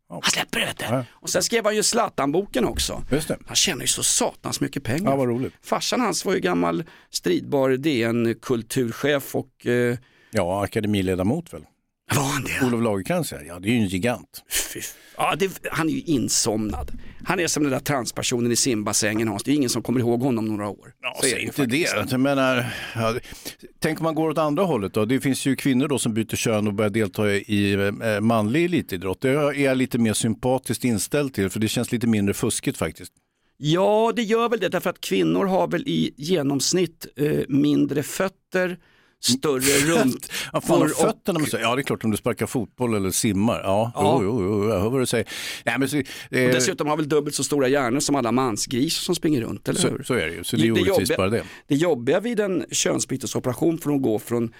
Han släpper det, vet du. Ja. Och sen skrev han ju Zlatan-boken också. Just det. Han tjänar ju så satans mycket pengar. Ja, vad roligt. Farsan hans var ju gammal stridbar DN-kulturchef och... Ja, akademiledamot väl. Var han det? Olof Lagercrantz, ja, det är ju en gigant. Ja, han är ju insomnad. Han är som den där transpersonen i simbassängen, Hans. Det är ingen som kommer ihåg honom några år. Ja, så är inte det. Jag menar, tänk om man går åt andra hållet då. Det finns ju kvinnor då som byter kön och börjar delta i manlig elitidrott. Det är jag lite mer sympatiskt inställd till, för det känns lite mindre fuskigt faktiskt. Ja, det gör väl det, därför att kvinnor har väl i genomsnitt mindre fötter, större runt. Ja, fan, fötterna, ja, det är klart om du sparkar fotboll eller simmar. Ja. Jo, jag hör vad du säger. Nej, men och dessutom har väl dubbelt så stora hjärnor som alla mansgrisar som springer runt, eller hur? Så är det ju, så det är orättvist bara det. Det jobbiga vid en könsbytesoperation för att gå från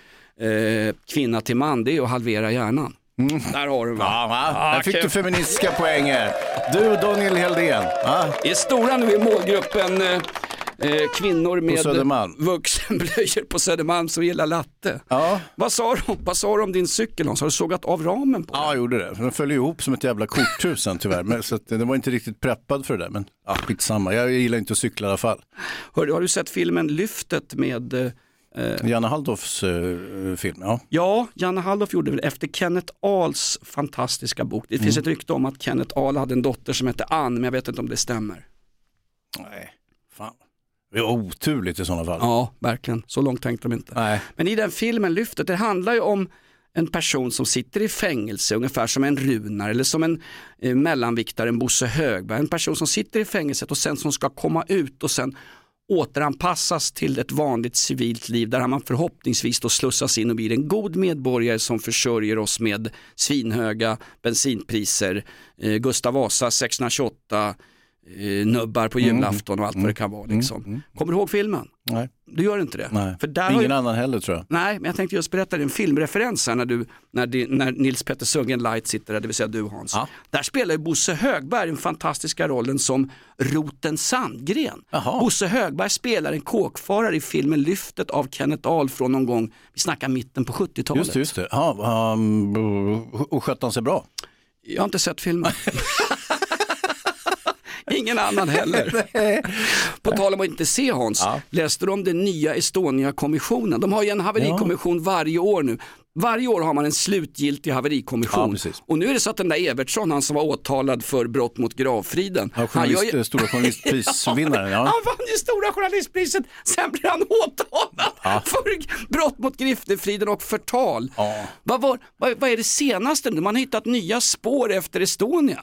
kvinna till man, det är att halvera hjärnan. Där har du, va? Ja, där fick du feministiska poänger. Du och Daniel Heldén. Det är stora nu i målgruppen kvinnor med vuxenblöjor på Södermalm som gillar latte. Ja. Vad sa du om din cykel? Har du sågat av ramen på den? Ja, jag gjorde det. Den föll ihop som ett jävla korthus sen tyvärr. Men, så att, den var inte riktigt preppad för det där. Men skitsamma, jag gillar inte att cykla i alla fall. Har du sett filmen Lyftet med... Janne Halldorfs film, ja. Ja, Janne Halldorf gjorde väl efter Kenneth Ahls fantastiska bok. Det finns ett rykte om att Kenneth Ahl hade en dotter som hette Ann, men jag vet inte om det stämmer. Nej, fan. Det var oturligt i sådana fall. Ja, verkligen. Så långt tänkte de inte. Nej. Men i den filmen Lyftet, det handlar ju om en person som sitter i fängelse, ungefär som en Runar eller som en mellanviktare, en Bosse Högberg. En person som sitter i fängelset och sen som ska komma ut och sen återanpassas till ett vanligt civilt liv där man förhoppningsvis då slussas in och blir en god medborgare som försörjer oss med svinhöga bensinpriser, Gustav Vasa 628 nubbar på julafton och allt vad det kan vara liksom. Kommer du ihåg filmen? Nej. Du gör inte det? Nej. För där ingen annan heller, tror jag. Nej, men jag tänkte just berätta dig en filmreferens här när Nils Petter Sundgren Light sitter där, det vill säga du, Hans. Ja. Där spelar ju Bosse Högberg den fantastiska rollen som Roten Sandgren. Aha. Bosse Högberg spelar en kåkfarare i filmen Lyftet av Kenneth Ahl från någon gång, vi snackar mitten på 70-talet. Just det. Ja, och skötte han sig bra? Jag har inte sett filmen. Ingen annan heller. På tal om att inte se, Hans, läste du om den nya Estonia-kommissionen? De har ju en haverikommission varje år nu. Varje år har man en slutgiltig haverikommission. Och nu är det så att den där Evertsson, han som var åtalad för brott mot gravfriden. Ja, stora journalistprisvinnaren. Ja. Han vann ju stora journalistpriset. Sen blir han åtalad för brott mot griftefriden och förtal. Ja. Vad är det senaste? Man har hittat nya spår efter Estonia.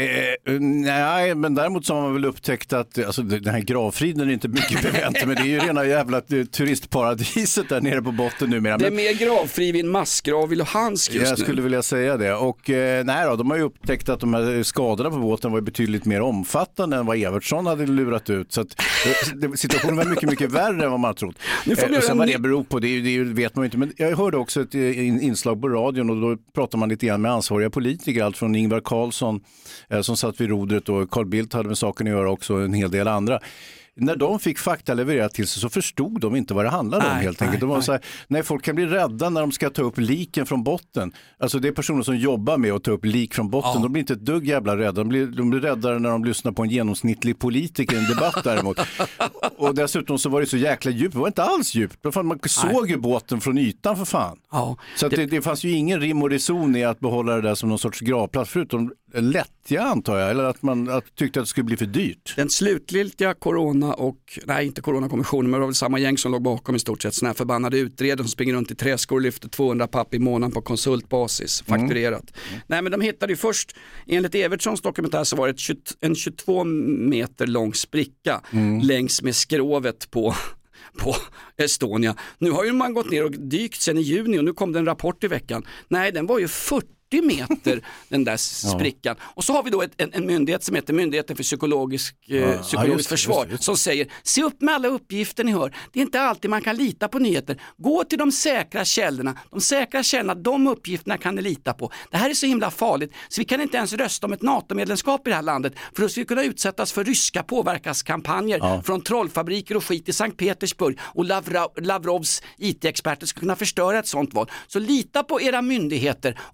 Nej, men däremot så har man väl upptäckt att alltså, den här gravfriden är inte mycket bevänt, men det är ju rena jävla turistparadiset där nere på botten numera. Det är mer gravfrid vid en massgrav i Luhansk just nu. Jag skulle vilja säga det. Och de har ju upptäckt att de här skadorna på båten var betydligt mer omfattande än vad Evertsson hade lurat ut. Så att situationen var mycket, mycket värre än vad man trott. Och sen vad det beror på, det vet man ju inte. Men jag hörde också ett inslag på radion och då pratar man lite grann med ansvariga politiker. Allt från Ingvar Carlsson som satt vid rodret och Carl Bildt hade med saken att göra också och en hel del andra. När de fick fakta levererat till sig så förstod de inte vad det handlade om helt enkelt. De var så här, nej, folk kan bli rädda när de ska ta upp liken från botten. Alltså det är personer som jobbar med att ta upp lik från botten. Ja. De blir inte ett dugg jävla rädda. De blir räddare när de lyssnar på en genomsnittlig politiker i en debatt däremot. Och dessutom så var det så jäkla djupt. Det var inte alls djupt. Man såg ju båten från ytan för fan. Ja. Så att det fanns ju ingen rim och reson i att behålla det där som någon sorts gravplats förutom lättja, antar jag, eller att man tyckte att det skulle bli för dyrt. Den slutgiltiga inte coronakommissionen, men det var väl samma gäng som låg bakom i stort sett, såna här förbannade utredare som springer runt i träskor och lyfter 200 papp i månaden på konsultbasis, fakturerat. Nej, men de hittade ju först, enligt Evertssons dokumentär så var det en 22 meter lång spricka längs med skrovet på Estonia. Nu har ju man gått ner och dykt sedan i juni och nu kom det en rapport i veckan. Nej, den var ju 40 meter den där sprickan. Och så har vi då en myndighet som heter Myndigheten för psykologiskt försvar som säger, se upp med alla uppgifter ni hör. Det är inte alltid man kan lita på nyheter. Gå till de säkra källorna. De säkra källorna, de uppgifterna kan ni lita på. Det här är så himla farligt så vi kan inte ens rösta om ett NATO-medlemskap i det här landet för då skulle vi kunna utsättas för ryska påverkanskampanjer från trollfabriker och skit i Sankt Petersburg och Lavrovs IT-experter skulle kunna förstöra ett sånt val. Så lita på era myndigheter och lita på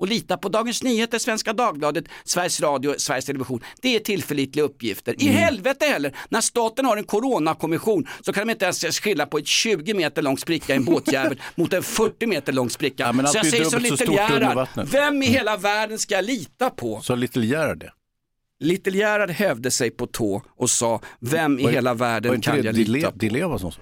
på Dagens Nyheter, Svenska Dagbladet, Sveriges Radio, Sveriges Television. Det är tillförlitliga uppgifter. I helvete heller, när staten har en coronakommission så kan de inte ens skilja på ett 20 meter lång spricka i en båtjävel mot en 40 meter lång spricka. Ja, men så jag säger så Little Gerhard, vem i hela världen ska jag lita på? Så Little Gerhard det? Little Gerhard hävde sig på tå och sa, vem i hela världen kan jag lita på? De leva som så.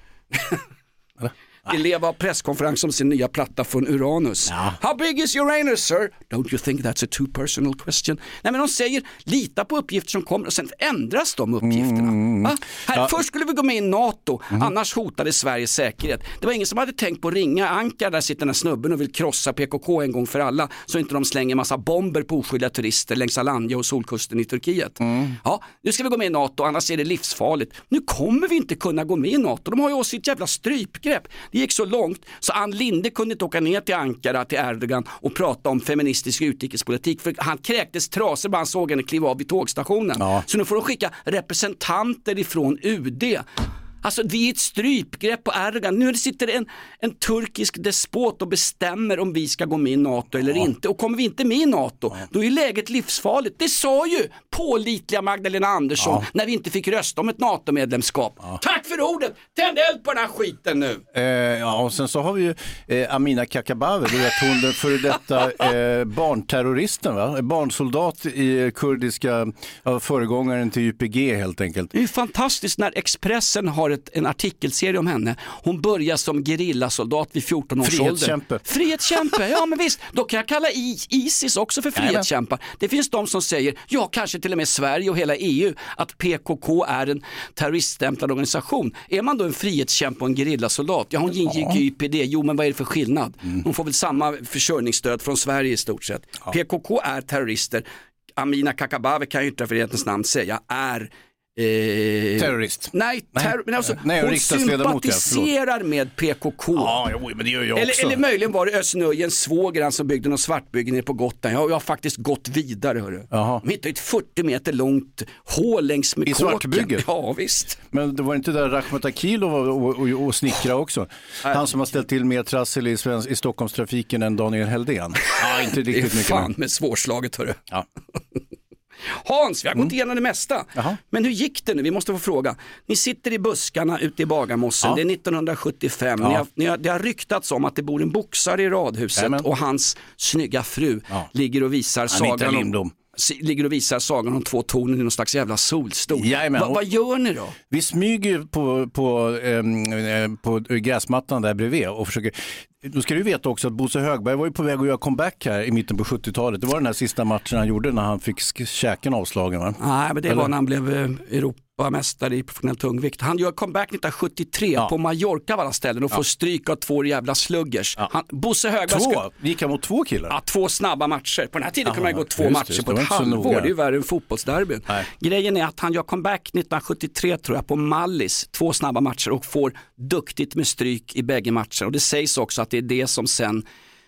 Leva presskonferens om sin nya platta från Uranus. Ja. How big is Uranus, sir? Don't you think that's a too personal question? Nej, men de säger, lita på uppgifter som kommer och sen ändras de uppgifterna. Först skulle vi gå med i NATO, annars hotade Sveriges säkerhet. Det var ingen som hade tänkt på att ringa Ankara, där sitter den här snubben och vill krossa PKK en gång för alla, så inte de slänger massa bomber på oskyldiga turister längs Alanya och Solkusten i Turkiet. Ja, nu ska vi gå med i NATO, annars är det livsfarligt. Nu kommer vi inte kunna gå med i NATO. De har ju också ett jävla strypgrepp. Det gick så långt så Ann Linde kunde inte åka ner till Ankara, till Erdogan och prata om feministisk utrikespolitik, för han kräktes trasor bara han såg henne kliva av vid tågstationen. Ja. Så nu får de skicka representanter ifrån UD. Alltså det är ett strypgrepp på Erdogan. Nu sitter en turkisk despot och bestämmer om vi ska gå med i NATO eller inte. Och kommer vi inte med i NATO, då är läget livsfarligt. Det sa ju pålitliga Magdalena Andersson när vi inte fick rösta om ett NATO-medlemskap. Tack för ordet! Tänd eld på den här skiten nu! Och sen så har vi ju Amina Kakabaveh, du vet hon den före detta barnterroristen, va? Barnsoldat i kurdiska föregångaren till YPG helt enkelt. Det är fantastiskt när Expressen har en artikelserie om henne. Hon börjar som gerillasoldat vid 14 års ålder. Frihetskämpe, ja men visst. Då kan jag kalla ISIS också för frihetskämpar. Det finns de som säger, ja kanske till och med Sverige och hela EU, att PKK är en terroriststämplad organisation. Är man då en frihetskämpe och en gerillasoldat? Ja, hon ingick i YPD. Jo, men vad är det för skillnad? Hon får väl samma försörjningsstöd från Sverige i stort sett. PKK är terrorister. Amina Kakabaveh, kan ju inte för rättens namn säga, är terrorist. Nej, men alltså, hon sympatiserar med PKK. Ja, men det gör jag också. Eller möjligen var det Ösnöjens svåger som byggde någon svartbygge nere på Gotland. Jag har faktiskt gått vidare, hörru. De hittade ett 40 meter långt hål längs med kåken. I svartbygget? Ja, visst. Men det var inte där Rahmat Akilov och snickra också? Han som har ställt till mer trassel i Stockholmstrafiken än Daniel Heldén. Ja, inte riktigt mycket. Det är fan med svårslaget, hörru. Ja. Hans, vi har gått igenom det mesta. Men hur gick det nu? Vi måste få fråga. Ni sitter i buskarna ute i Bagarmossen. Det är 1975. Det har ryktats om att det bor en boxare i radhuset och hans snygga fru ligger och visar sagan om två tornen i någon slags jävla solstol. Vad gör ni då? Vi smyger på gräsmattan där bredvid och försöker. Då ska du veta också att Bosse Högberg var ju på väg att göra comeback här i mitten på 70-talet. Det var den här sista matchen han gjorde när han fick käken avslagen, va? Nej, men det var när han blev Europamästare i professionell tungvikt. Han gör comeback 1973 på Mallorca av alla ställen och får stryk av två jävla sluggers. Bosse Högberg gick han mot två killar? Ja, 2 snabba matcher. På den här tiden kunde man gå 2 matcher på ett halvår. Det är ju värre än fotbollsderbyn. Grejen är att han gör comeback 1973 tror jag på Mallis. 2 snabba matcher och får duktigt med stryk i bägge matcher. Och det sägs också att det är det som sen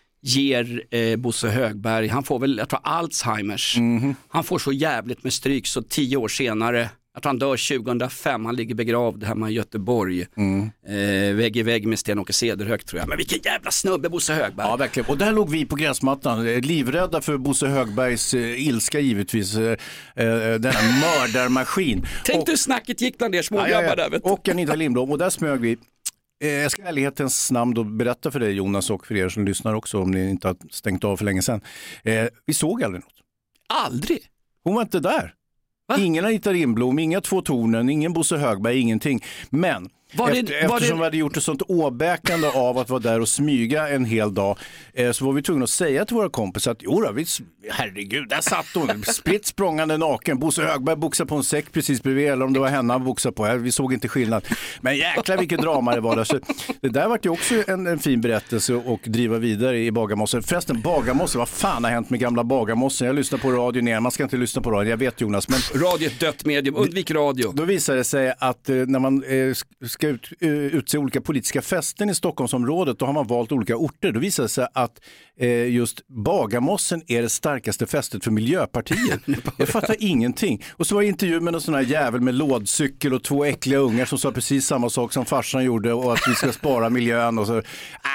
ger Bosse Högberg, han får väl, jag tror, Alzheimers. Han får så jävligt med stryk så 10 år senare, att han dör 2005, han ligger begravd hemma i Göteborg. Vägg i vägg med Sten-Åke Cederhök, tror jag. Men vilken jävla snubbe Bosse Högberg. Ja, verkligen. Och där låg vi på gräsmattan, livrädda för Bosse Högbergs ilska givetvis. Denna mördarmaskin. Tänk du snacket gick bland er smågrabbar där, vet du. Och Anita Lindblom, och där smög vi. Jag ska i ärlighetens namn då berätta för dig, Jonas, och för er som lyssnar också, om ni inte har stängt av för länge sedan. Vi såg aldrig något. Aldrig? Hon var inte där. Va? Ingen Anita Lindblom, inga två tornen, ingen Bosse Högberg, ingenting. Men eftersom vi hade gjort ett sånt åbäkande av att vara där och smyga en hel dag, så var vi tvungna att säga till våra kompisar att herregud, där satt hon, spritt språngande naken. Bosse Högberg boxade på en säck precis bredvid, eller om det var henne han boxade på. Vi såg inte skillnad. Men jäklar vilket drama det var där. Så det där var ju också en fin berättelse och driva vidare i Bagarmossen. Förresten, Bagarmossen, vad fan har hänt med gamla Bagarmossen? Jag lyssnar på radio ner, man ska inte lyssna på radio, jag vet Jonas. Men radio är ett dött medium, undvik radio. Då visar det sig att när man ska utse olika politiska fästen i Stockholmsområdet, då har man valt olika orter. Då visar det sig att just Bagarmossen är det starkaste fästet för Miljöpartiet. Jag fattar ingenting. Och så var det intervju med en sån här jävel med lådcykel och 2 äckliga ungar som sa precis samma sak som farsan gjorde, och att vi ska spara miljön och så.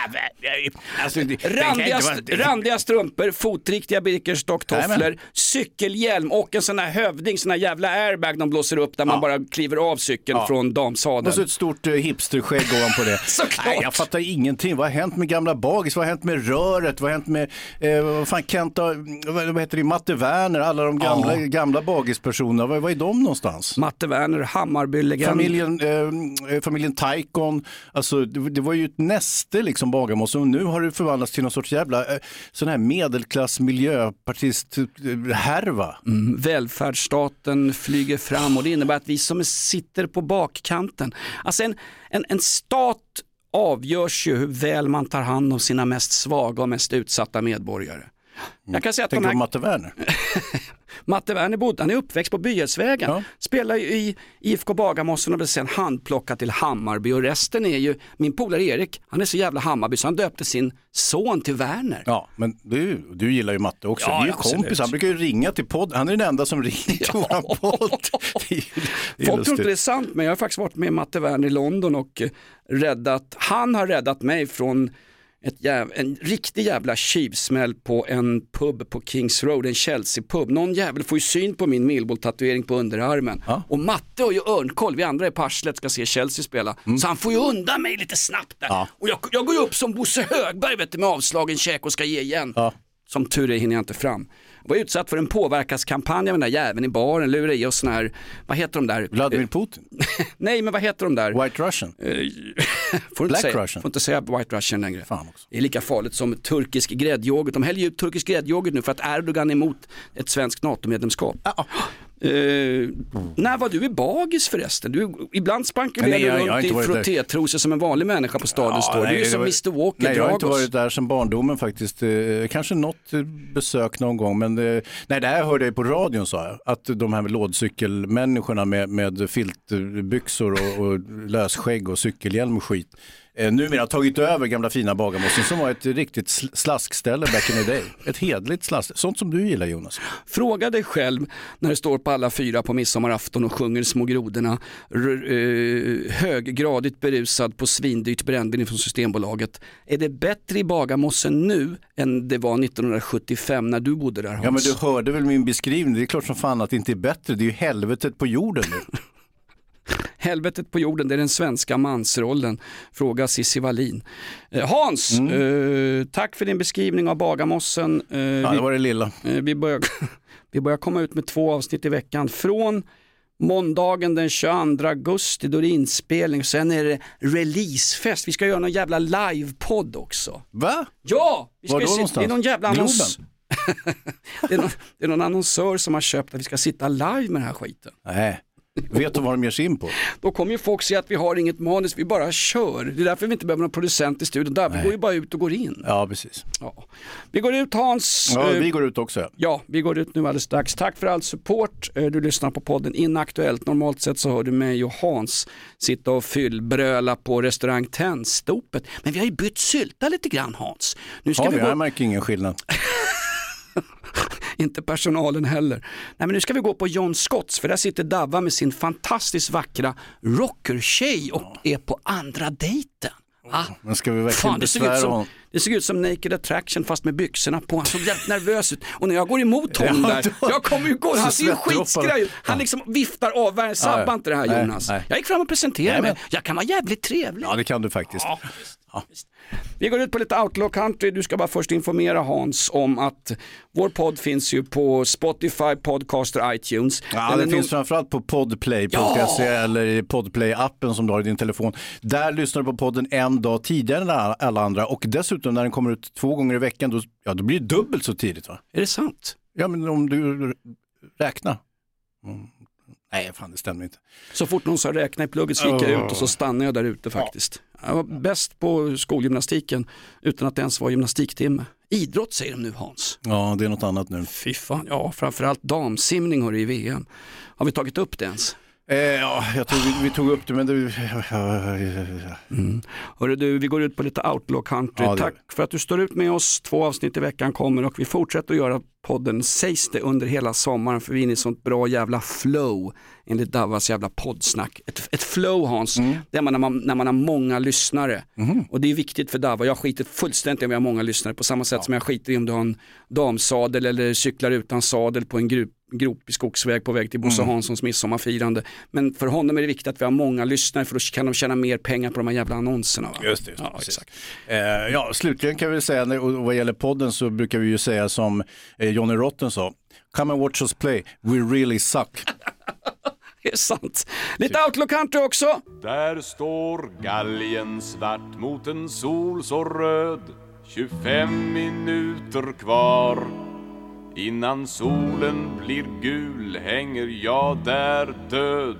Alltså, randiga strumpor, fotriktiga Birkenstock-tofflor, cykelhjälm och en sån här hövding, sån här jävla airbag de blåser upp där man bara kliver av cykeln från damsadeln. Och så ett stort hipsterskägg ovanpå det. Nej, jag fattar ingenting. Vad har hänt med gamla Bagis? Vad har hänt med röret? Vad har hänt med vad fan Kenta, vad heter det, Matte Werner, alla de gamla Bagis-personerna. Vad är de någonstans? Matte Werner, Hammarby-legend. Familjen Taikon. Alltså det var ju ett näste liksom Bagarmoss, och nu har det förvandlats till någon sorts jävla sån här medelklass miljöpartist härva. Välfärdsstaten flyger fram och det innebär att vi som sitter på bakkanten, alltså en stat avgörs ju hur väl man tar hand om sina mest svaga och mest utsatta medborgare. Jag kan säga att tänk på Matte Werner. Matte Werner han är uppväxt på Byhetsvägen. Spelar ju i IFK Bagarmossen och blev sen handplockad till Hammarby, och resten är ju min polare Erik. Han är så jävla Hammarby så han döpte sin son till Werner. Ja, men du gillar ju Matte också. Ja, det är ju kompis. Han brukar ju ringa till podd. Han är den enda som ringer till våran podd. Folk tror inte det är sant, men jag har faktiskt varit med Matte Werner i London och han har räddat mig från en riktig jävla kivsmäll på en pub på Kings Road, en Chelsea-pub. Någon jävel får ju syn på min Millwall-tatuering på underarmen. Och Matte har ju örnkoll, vi andra är på arslet, ska se Chelsea spela. Så han får ju undan mig lite snabbt där. Och jag går ju upp som Bosse Högberg, vet du, med avslagen käk och ska ge igen. Som tur är hinner jag inte fram. Jag var utsatt för en påverkanskampanj med den där jäveln i baren, lurar i oss sån här, vad heter de där? Vladimir Putin? Nej, men vad heter de där? White Russian? Får inte säga White Russian längre. Det är lika farligt som turkisk gräddyoghurt. De häller ju ut turkisk gräddyoghurt nu för att Erdogan är emot ett svenskt NATO-medlemskap. När var du i Bagis förresten? Ibland spankulerar du runt i frottétrosor som en vanlig människa på stadens står. Du är ju som Mr. Walker. Nej, jag har inte varit där som barndomen faktiskt. Kanske något besök någon gång. Men det här hörde jag på radion, sa jag. Att de här lådcykelmänniskorna med filtbyxor och lösskägg och cykelhjälm och skit numera har tagit över gamla fina Bagarmossen som var ett riktigt slaskställe back in the day. Ett hedligt slask. Sånt som du gillar, Jonas. Fråga dig själv när du står på alla fyra på midsommarafton och sjunger Små grodorna, höggradigt berusad på svindyrt brännvin från Systembolaget. Är det bättre i Bagarmossen nu än det var 1975 när du bodde där, Hans? Ja, men du hörde väl min beskrivning. Det är klart som fan att det inte är bättre. Det är ju helvetet på jorden nu. Helvetet på jorden, det är den svenska mansrollen. Fråga Cissi Wallin. Hans, tack för din beskrivning av Bagarmossen. Det var det lilla. Vi börjar komma ut med 2 avsnitt i veckan. Från måndagen den 22 augusti, då det är inspelning. Sen är det releasefest. Vi ska göra någon jävla livepodd också. Va? Ja! Var då någonstans? Det är någon jävla annons. det är någon annonsör som har köpt att vi ska sitta live med den här skiten. Nej. Vet du vad de ger sig in på? Då kommer ju folk säga att vi har inget manus, vi bara kör. Det är därför vi inte behöver någon producent i studion. Där vi går ju bara ut och går in. Ja, precis. Ja. Vi går ut, Hans. Ja, vi går ut också. Ja, vi går ut nu alldeles strax. Tack för all support. Du lyssnar på podden Inaktuellt. Normalt sett så hör du mig och Hans sitta och fyllbröla på restaurang Tennstopet. Men vi har ju bytt sylta lite grann, Hans. Nu ska jag märker ingen skillnad. Inte personalen heller. Nej, men nu ska vi gå på John Scotts, för där sitter Davva med sin fantastiskt vackra rockertjej och är på andra dejten. Men ska vi verkligen besvära honom? Det såg ut som Naked Attraction fast med byxorna på. Han såg jävligt nervös ut. Och när jag går emot honom där, jag kommer ju gå, han ser ju skitskraj ut. Han liksom viftar av världen. Sabba inte det här, Jonas. Nej. Jag gick fram och presenterade mig. Jag kan vara jävligt trevlig. Ja, det kan du faktiskt. Ja. Vi går ut på lite Outlaw Country. Du ska bara först informera Hans om att vår podd finns ju på Spotify, Podcaster, iTunes. Ja, det finns framförallt på podplay.se eller i Podplay-appen som du har i din telefon. Där lyssnar du på podden en dag tidigare än alla andra, och dessutom när den kommer ut 2 gånger i veckan då blir det dubbelt så tidigt, va? Är det sant? Ja, men om du räknar. Nej, fan, det stämmer inte. Så fort någon sa räkna i plugget så gick jag ut och så stannade jag där ute faktiskt. Jag var bäst på skolgymnastiken utan att det ens var gymnastiktimme. Idrott säger de nu, Hans. Ja, det är något annat nu. Fy fan, ja, framförallt damsimning har det i VM. Har vi tagit upp det ens? Ja, jag tror vi tog upp det, men det... Hörru du, vi går ut på lite Outlaw Country. Ja, tack för att du står ut med oss. 2 avsnitt i veckan kommer och vi fortsätter att göra podden, sägs det, under hela sommaren, för vi är inne i sånt bra jävla flow enligt Davas jävla poddsnack. Ett flow, Hans, det är när man har många lyssnare. Och det är viktigt för Dava. Jag skiter fullständigt om vi har många lyssnare, på samma sätt som jag skiter i om du har en damsadel eller cyklar utan sadel på en grop i skogsväg på väg till Bosse Hanssons midsommarfirande. Men för honom är det viktigt att vi har många lyssnare, för då kan de tjäna mer pengar på de här jävla annonserna. Va? Just det, ja, exakt. Slutligen kan vi säga, och vad gäller podden så brukar vi ju säga som Johnny Rotten sa: come and watch us play, we really suck. Det är sant. Lite Outlaw Country också. Där står galgen svart mot en sol så röd, 25 minuter kvar. Innan solen blir gul hänger jag där död,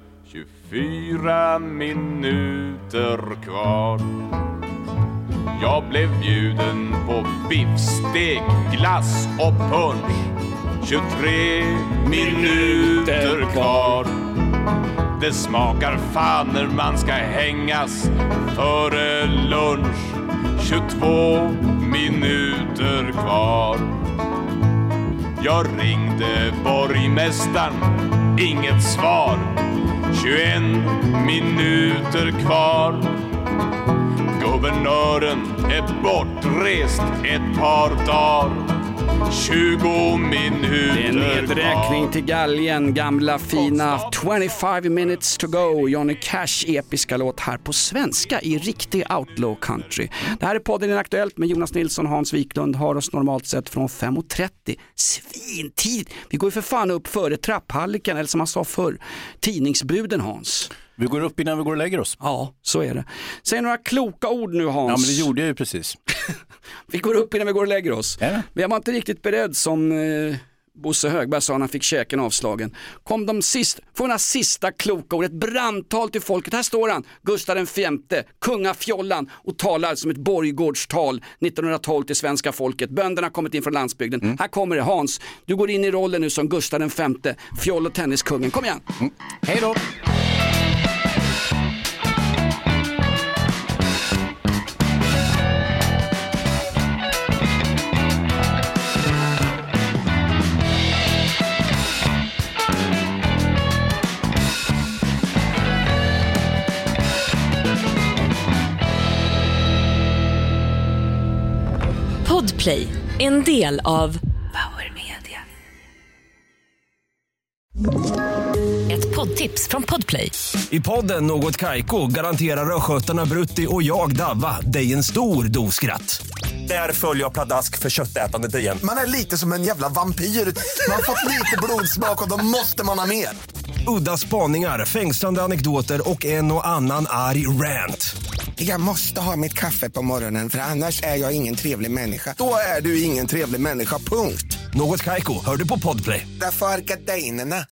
24 minuter kvar. Jag blev bjuden på biffstek, glass och punch, 23 minuter kvar. Det smakar fan när man ska hängas före lunch, 22 minuter kvar. Jag ringde borgmästaren, inget svar, 21 minuter kvar. Guvernören är bortrest ett par dagar, 20 minuter. Det är en nedräkning till galgen, gamla fina 25 minutes to go. Johnny Cash episka låt här på svenska i riktig Outlaw Country. Det här är podden Aktuellt med Jonas Nilsson och Hans Wiklund. Har oss normalt sett från 5:30. Svintid! Vi går ju för fan upp före trapphallikan, eller som man sa förr, tidningsbuden, Hans. Vi går upp innan vi går och lägger oss. Ja, så är det. Säg några kloka ord nu, Hans. Ja, men det gjorde jag ju precis. Vi går upp innan vi går och lägger oss. Ja. Vi var inte riktigt beredd, som Bosse Högberg sa när han fick käken avslagen. Kom de sista kloka ord, ett brandtal till folket. Här står han, Gustav V, kungafjollan, och talar som ett borggårdstal 1912 till svenska folket. Bönderna har kommit in från landsbygden. Här kommer det, Hans. Du går in i rollen nu som Gustav V, fjoll- och tenniskungen. Kom igen. Hej då. Podplay, en del av Power Media. Ett poddtips från Podplay. I podden Något Kaiko garanterar röskötarna Brutti och jag Davva dig en stor doskratt. Där följer jag pladask för köttätandet igen. Man är lite som en jävla vampyr. Man har fått lite blodsmak och då måste man ha mer. Udda spaningar, fängslande anekdoter och en och annan arg rant. Jag måste ha mitt kaffe på morgonen, för annars är jag ingen trevlig människa. Då är du ingen trevlig människa, punkt. Något Kaiko, hör du på Podplay. Därför är gardinerna.